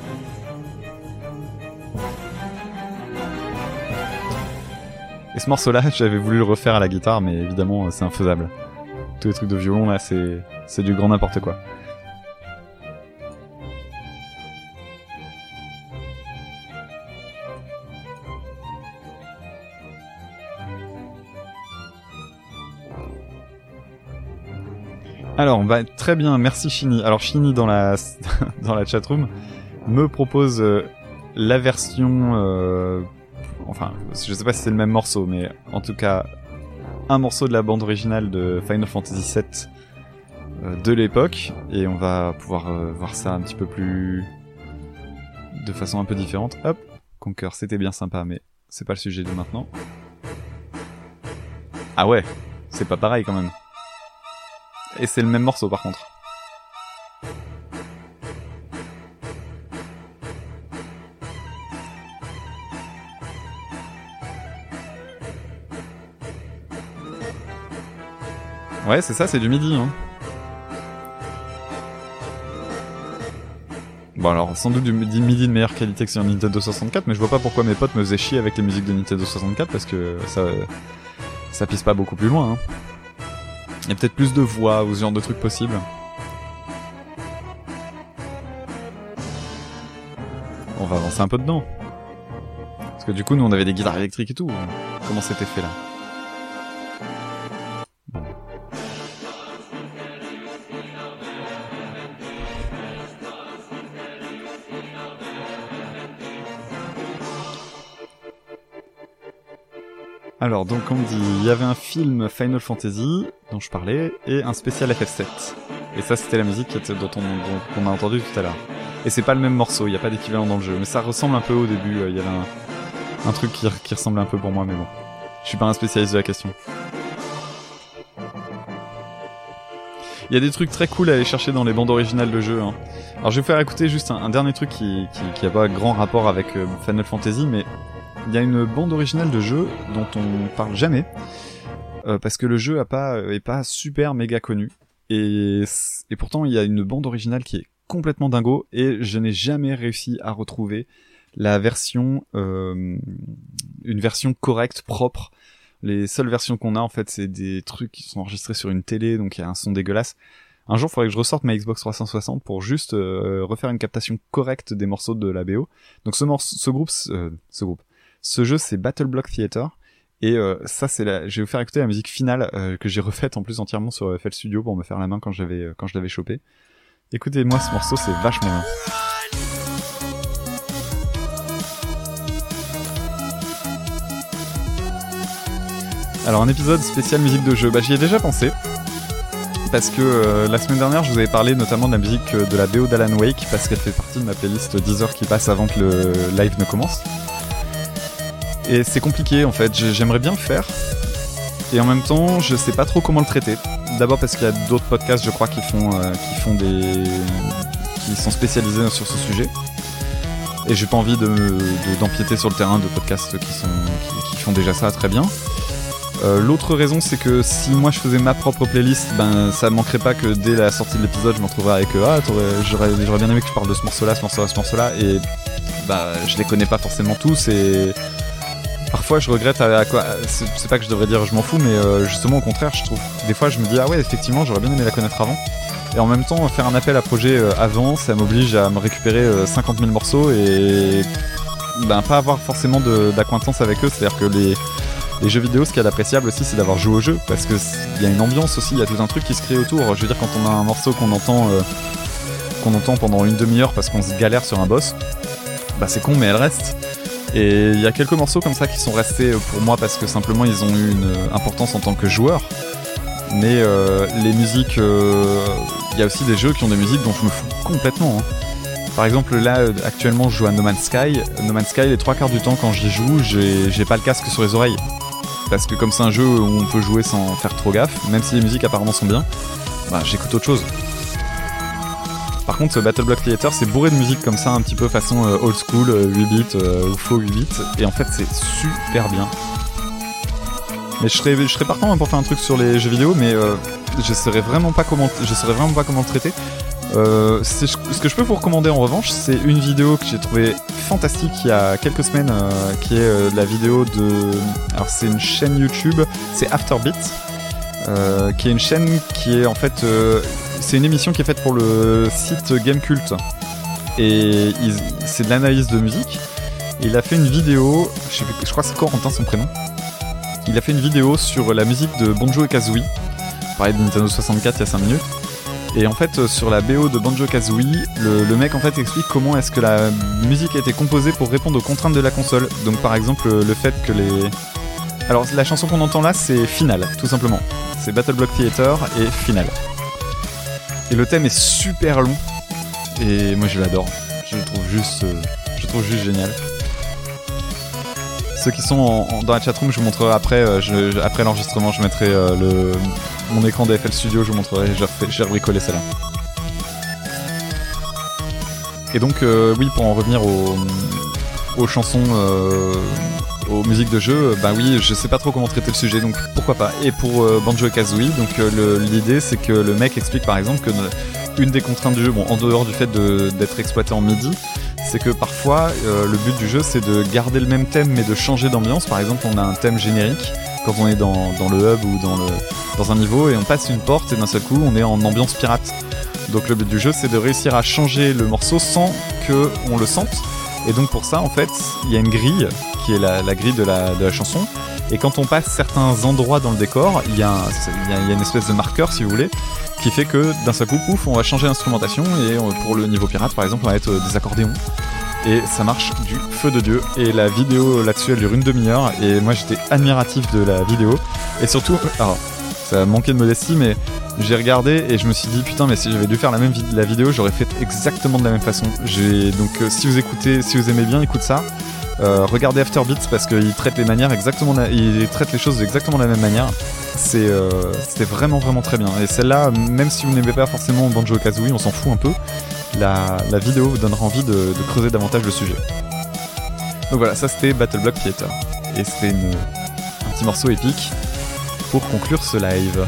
S4: Et ce morceau là, j'avais voulu le refaire à la guitare mais évidemment c'est infaisable. Tous les trucs de violon là c'est, c'est du grand n'importe quoi. Alors, bah, très bien, merci Shini. Alors Shini dans la dans la chatroom me propose euh, la version, euh, enfin, je sais pas si c'est le même morceau, mais en tout cas un morceau de la bande originale de Final Fantasy sept euh, de l'époque, et on va pouvoir euh, voir ça un petit peu plus de façon un peu différente. Hop, Conker, c'était bien sympa, mais c'est pas le sujet de maintenant. Ah ouais, c'est pas pareil quand même. Et c'est le même morceau par contre. Ouais, c'est ça, c'est du midi, hein. Bon alors, sans doute du midi de meilleure qualité que sur Nintendo soixante-quatre, mais je vois pas pourquoi mes potes me faisaient chier avec les musiques de Nintendo soixante-quatre, parce que ça, ça pisse pas beaucoup plus loin, hein. Il y a peut-être plus de voix ou ce genre de trucs possibles. On va avancer un peu dedans. Parce que du coup, nous on avait des guitares électriques et tout. Comment c'était fait là ? Bon. Alors, donc, on me dit, il y avait un film Final Fantasy, dont je parlais, et un spécial F F sept. Et ça, c'était la musique dont on, dont, qu'on a entendu tout à l'heure. Et c'est pas le même morceau, il n'y a pas d'équivalent dans le jeu, mais ça ressemble un peu au début, il y avait un, un truc qui, qui ressemblait un peu pour moi, mais bon. Je suis pas un spécialiste de la question. Il y a des trucs très cool à aller chercher dans les bandes originales de jeux, hein. Alors, je vais vous faire écouter juste un, un dernier truc qui, qui, qui a pas grand rapport avec euh, Final Fantasy, mais il y a une bande originale de jeu dont on parle jamais, euh, parce que le jeu a pas, est pas super méga connu, et, et pourtant il y a une bande originale qui est complètement dingo, et je n'ai jamais réussi à retrouver la version, euh, une version correcte, propre. Les seules versions qu'on a en fait c'est des trucs qui sont enregistrés sur une télé, donc il y a un son dégueulasse. Un jour il faudrait que je ressorte ma Xbox trois cent soixante pour juste euh, refaire une captation correcte des morceaux de la B O. Donc ce morceau, ce groupe, euh, ce groupe. Ce jeu c'est Battle Block Theater, et euh, ça c'est la, je vais vous faire écouter la musique finale euh, que j'ai refaite en plus entièrement sur F L Studio pour me faire la main quand j'avais euh, quand je l'avais chopé. Écoutez-moi ce morceau, c'est vachement bien. Alors un épisode spécial musique de jeu, bah j'y ai déjà pensé. Parce que euh, la semaine dernière je vous avais parlé notamment de la musique de la B O d'Alan Wake, parce qu'elle fait partie de ma playlist dix heures qui passe avant que le live ne commence. Et c'est compliqué en fait, j'aimerais bien le faire, et en même temps je sais pas trop comment le traiter. D'abord parce qu'il y a d'autres podcasts je crois qui font, euh, qui font des... qui sont spécialisés sur ce sujet, et j'ai pas envie de, de, d'empiéter sur le terrain de podcasts qui, sont, qui, qui font déjà ça très bien. Euh, l'autre raison c'est que si moi je faisais ma propre playlist, ben ça manquerait pas que dès la sortie de l'épisode je m'en trouverais avec euh, ah j'aurais, j'aurais bien aimé que je parle de ce morceau là, ce morceau là, ce morceau là, et bah je les connais pas forcément tous, et parfois je regrette à, à quoi, c'est, c'est pas que je devrais dire je m'en fous, mais euh, justement au contraire je trouve, des fois je me dis ah ouais effectivement j'aurais bien aimé la connaître avant, et en même temps faire un appel à projet euh, avant ça m'oblige à me récupérer euh, cinquante mille morceaux et ben pas avoir forcément de, d'acquaintance avec eux, c'est à dire que les Les jeux vidéo, ce qu'il y a d'appréciable aussi, c'est d'avoir joué au jeu, parce que il y a une ambiance aussi, il y a tout un truc qui se crée autour. Je veux dire, quand on a un morceau qu'on entend, euh, qu'on entend pendant une demi-heure parce qu'on se galère sur un boss, bah c'est con, mais elle reste. Et il y a quelques morceaux comme ça qui sont restés pour moi parce que simplement ils ont eu une importance en tant que joueur. Mais euh, les musiques, il euh, y a aussi des jeux qui ont des musiques dont je me fous complètement. Hein. Par exemple, là, actuellement, je joue à No Man's Sky. No Man's Sky, les trois quarts du temps, quand j'y joue, j'ai, j'ai pas le casque sur les oreilles. Parce que comme c'est un jeu où on peut jouer sans faire trop gaffe, même si les musiques apparemment sont bien, bah, j'écoute autre chose. Par contre, ce Battle Block Theater, c'est bourré de musique comme ça, un petit peu façon euh, old school, euh, huit bits, euh, ou faux huit bits. Et en fait, c'est super bien. Mais je serais, je serais partant hein, pour faire un truc sur les jeux vidéo, mais euh, je saurais vraiment pas comment, je saurais vraiment pas comment le traiter. Euh, c'est, ce que je peux vous recommander en revanche, c'est une vidéo que j'ai trouvée fantastique il y a quelques semaines, euh, qui est euh, la vidéo de, alors c'est une chaîne YouTube, c'est Afterbeat, euh, qui est une chaîne qui est en fait, euh, c'est une émission qui est faite pour le site Gamecult, et il, c'est de l'analyse de musique. Et il a fait une vidéo, je, sais, je crois que c'est Corentin son prénom. Il a fait une vidéo sur la musique de Banjo et Kazooie. Pareil de Nintendo soixante-quatre il y a cinq minutes. Et en fait, sur la B O de Banjo Kazooie, le, le mec en fait explique comment est-ce que la musique a été composée pour répondre aux contraintes de la console. Donc par exemple, le fait que les... Alors la chanson qu'on entend là, c'est Final, tout simplement. C'est Battle Block Theater et Final. Et le thème est super long. Et moi je l'adore. Je le trouve juste, euh, je le trouve juste génial. Ceux qui sont en, en, dans la chatroom, je vous montrerai après, euh, je, je, après l'enregistrement, je mettrai euh, le, mon écran D F L Studio, je vous montrerai, j'ai, refait, j'ai rebricolé celle-là. Et donc, euh, oui, pour en revenir aux, aux chansons, euh, aux musiques de jeu, bah oui, je sais pas trop comment traiter le sujet, donc pourquoi pas. Et pour euh, Banjo et Kazooie, donc euh, le, l'idée c'est que le mec explique par exemple que ne, une des contraintes du jeu, bon, en dehors du fait de, d'être exploité en MIDI, c'est que parfois euh, le but du jeu c'est de garder le même thème mais de changer d'ambiance. Par exemple, on a un thème générique quand on est dans, dans le hub ou dans, le, dans un niveau et on passe une porte et d'un seul coup on est en ambiance pirate. Donc le but du jeu c'est de réussir à changer le morceau sans qu'on le sente. Et donc pour ça en fait il y a une grille qui est la, la grille de la, de la chanson. Et quand on passe certains endroits dans le décor, il y, a un, il, y a, il y a une espèce de marqueur si vous voulez, qui fait que d'un seul coup, pouf, on va changer l'instrumentation et on, pour le niveau pirate par exemple, on va être des accordéons. Et ça marche du feu de Dieu. Et la vidéo là-dessus, elle dure une demi-heure. Et moi j'étais admiratif de la vidéo. Et surtout, alors ça manquait de modestie, mais j'ai regardé et je me suis dit putain, mais si j'avais dû faire la même vid- la vidéo, j'aurais fait exactement de la même façon. J'ai, donc euh, si vous écoutez, si vous aimez bien, écoute ça. Euh, regardez Afterbeats parce qu'il traite les manières exactement, la, il traite les choses exactement de la même manière. C'est, euh, c'était vraiment vraiment très bien. Et celle-là, même si vous n'aimez pas forcément Banjo Kazooie, on s'en fout un peu. La, la vidéo vous donnera envie de, de creuser davantage le sujet. Donc voilà, ça c'était Battle Block Theater. Et c'était une, un petit morceau épique pour conclure ce live.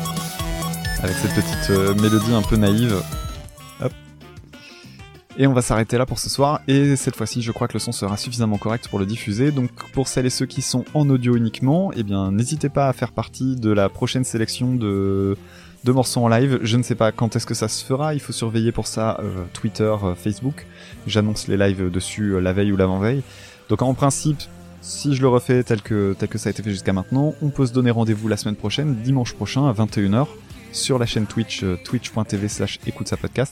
S4: Avec cette petite euh, mélodie un peu naïve. Hop. Et on va s'arrêter là pour ce soir, et cette fois-ci je crois que le son sera suffisamment correct pour le diffuser, donc pour celles et ceux qui sont en audio uniquement, eh bien n'hésitez pas à faire partie de la prochaine sélection de, de morceaux en live. Je ne sais pas quand est-ce que ça se fera, il faut surveiller pour ça euh, Twitter, euh, Facebook, j'annonce les lives dessus euh, la veille ou l'avant-veille, donc en principe, si je le refais tel que, tel que ça a été fait jusqu'à maintenant, on peut se donner rendez-vous la semaine prochaine, dimanche prochain à vingt et une heures, sur la chaîne Twitch, euh, twitch point t v slash écoute sa podcast.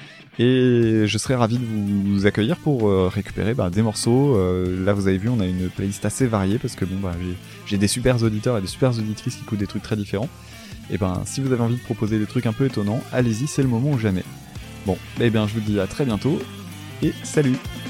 S4: Et je serais ravi de vous accueillir pour euh, récupérer bah, des morceaux. Euh, là, vous avez vu, on a une playlist assez variée parce que bon, bah, j'ai, j'ai des super auditeurs et des super auditrices qui écoutent des trucs très différents. Et ben, si vous avez envie de proposer des trucs un peu étonnants, allez-y, c'est le moment ou jamais. Bon, et bien, je vous dis à très bientôt et salut!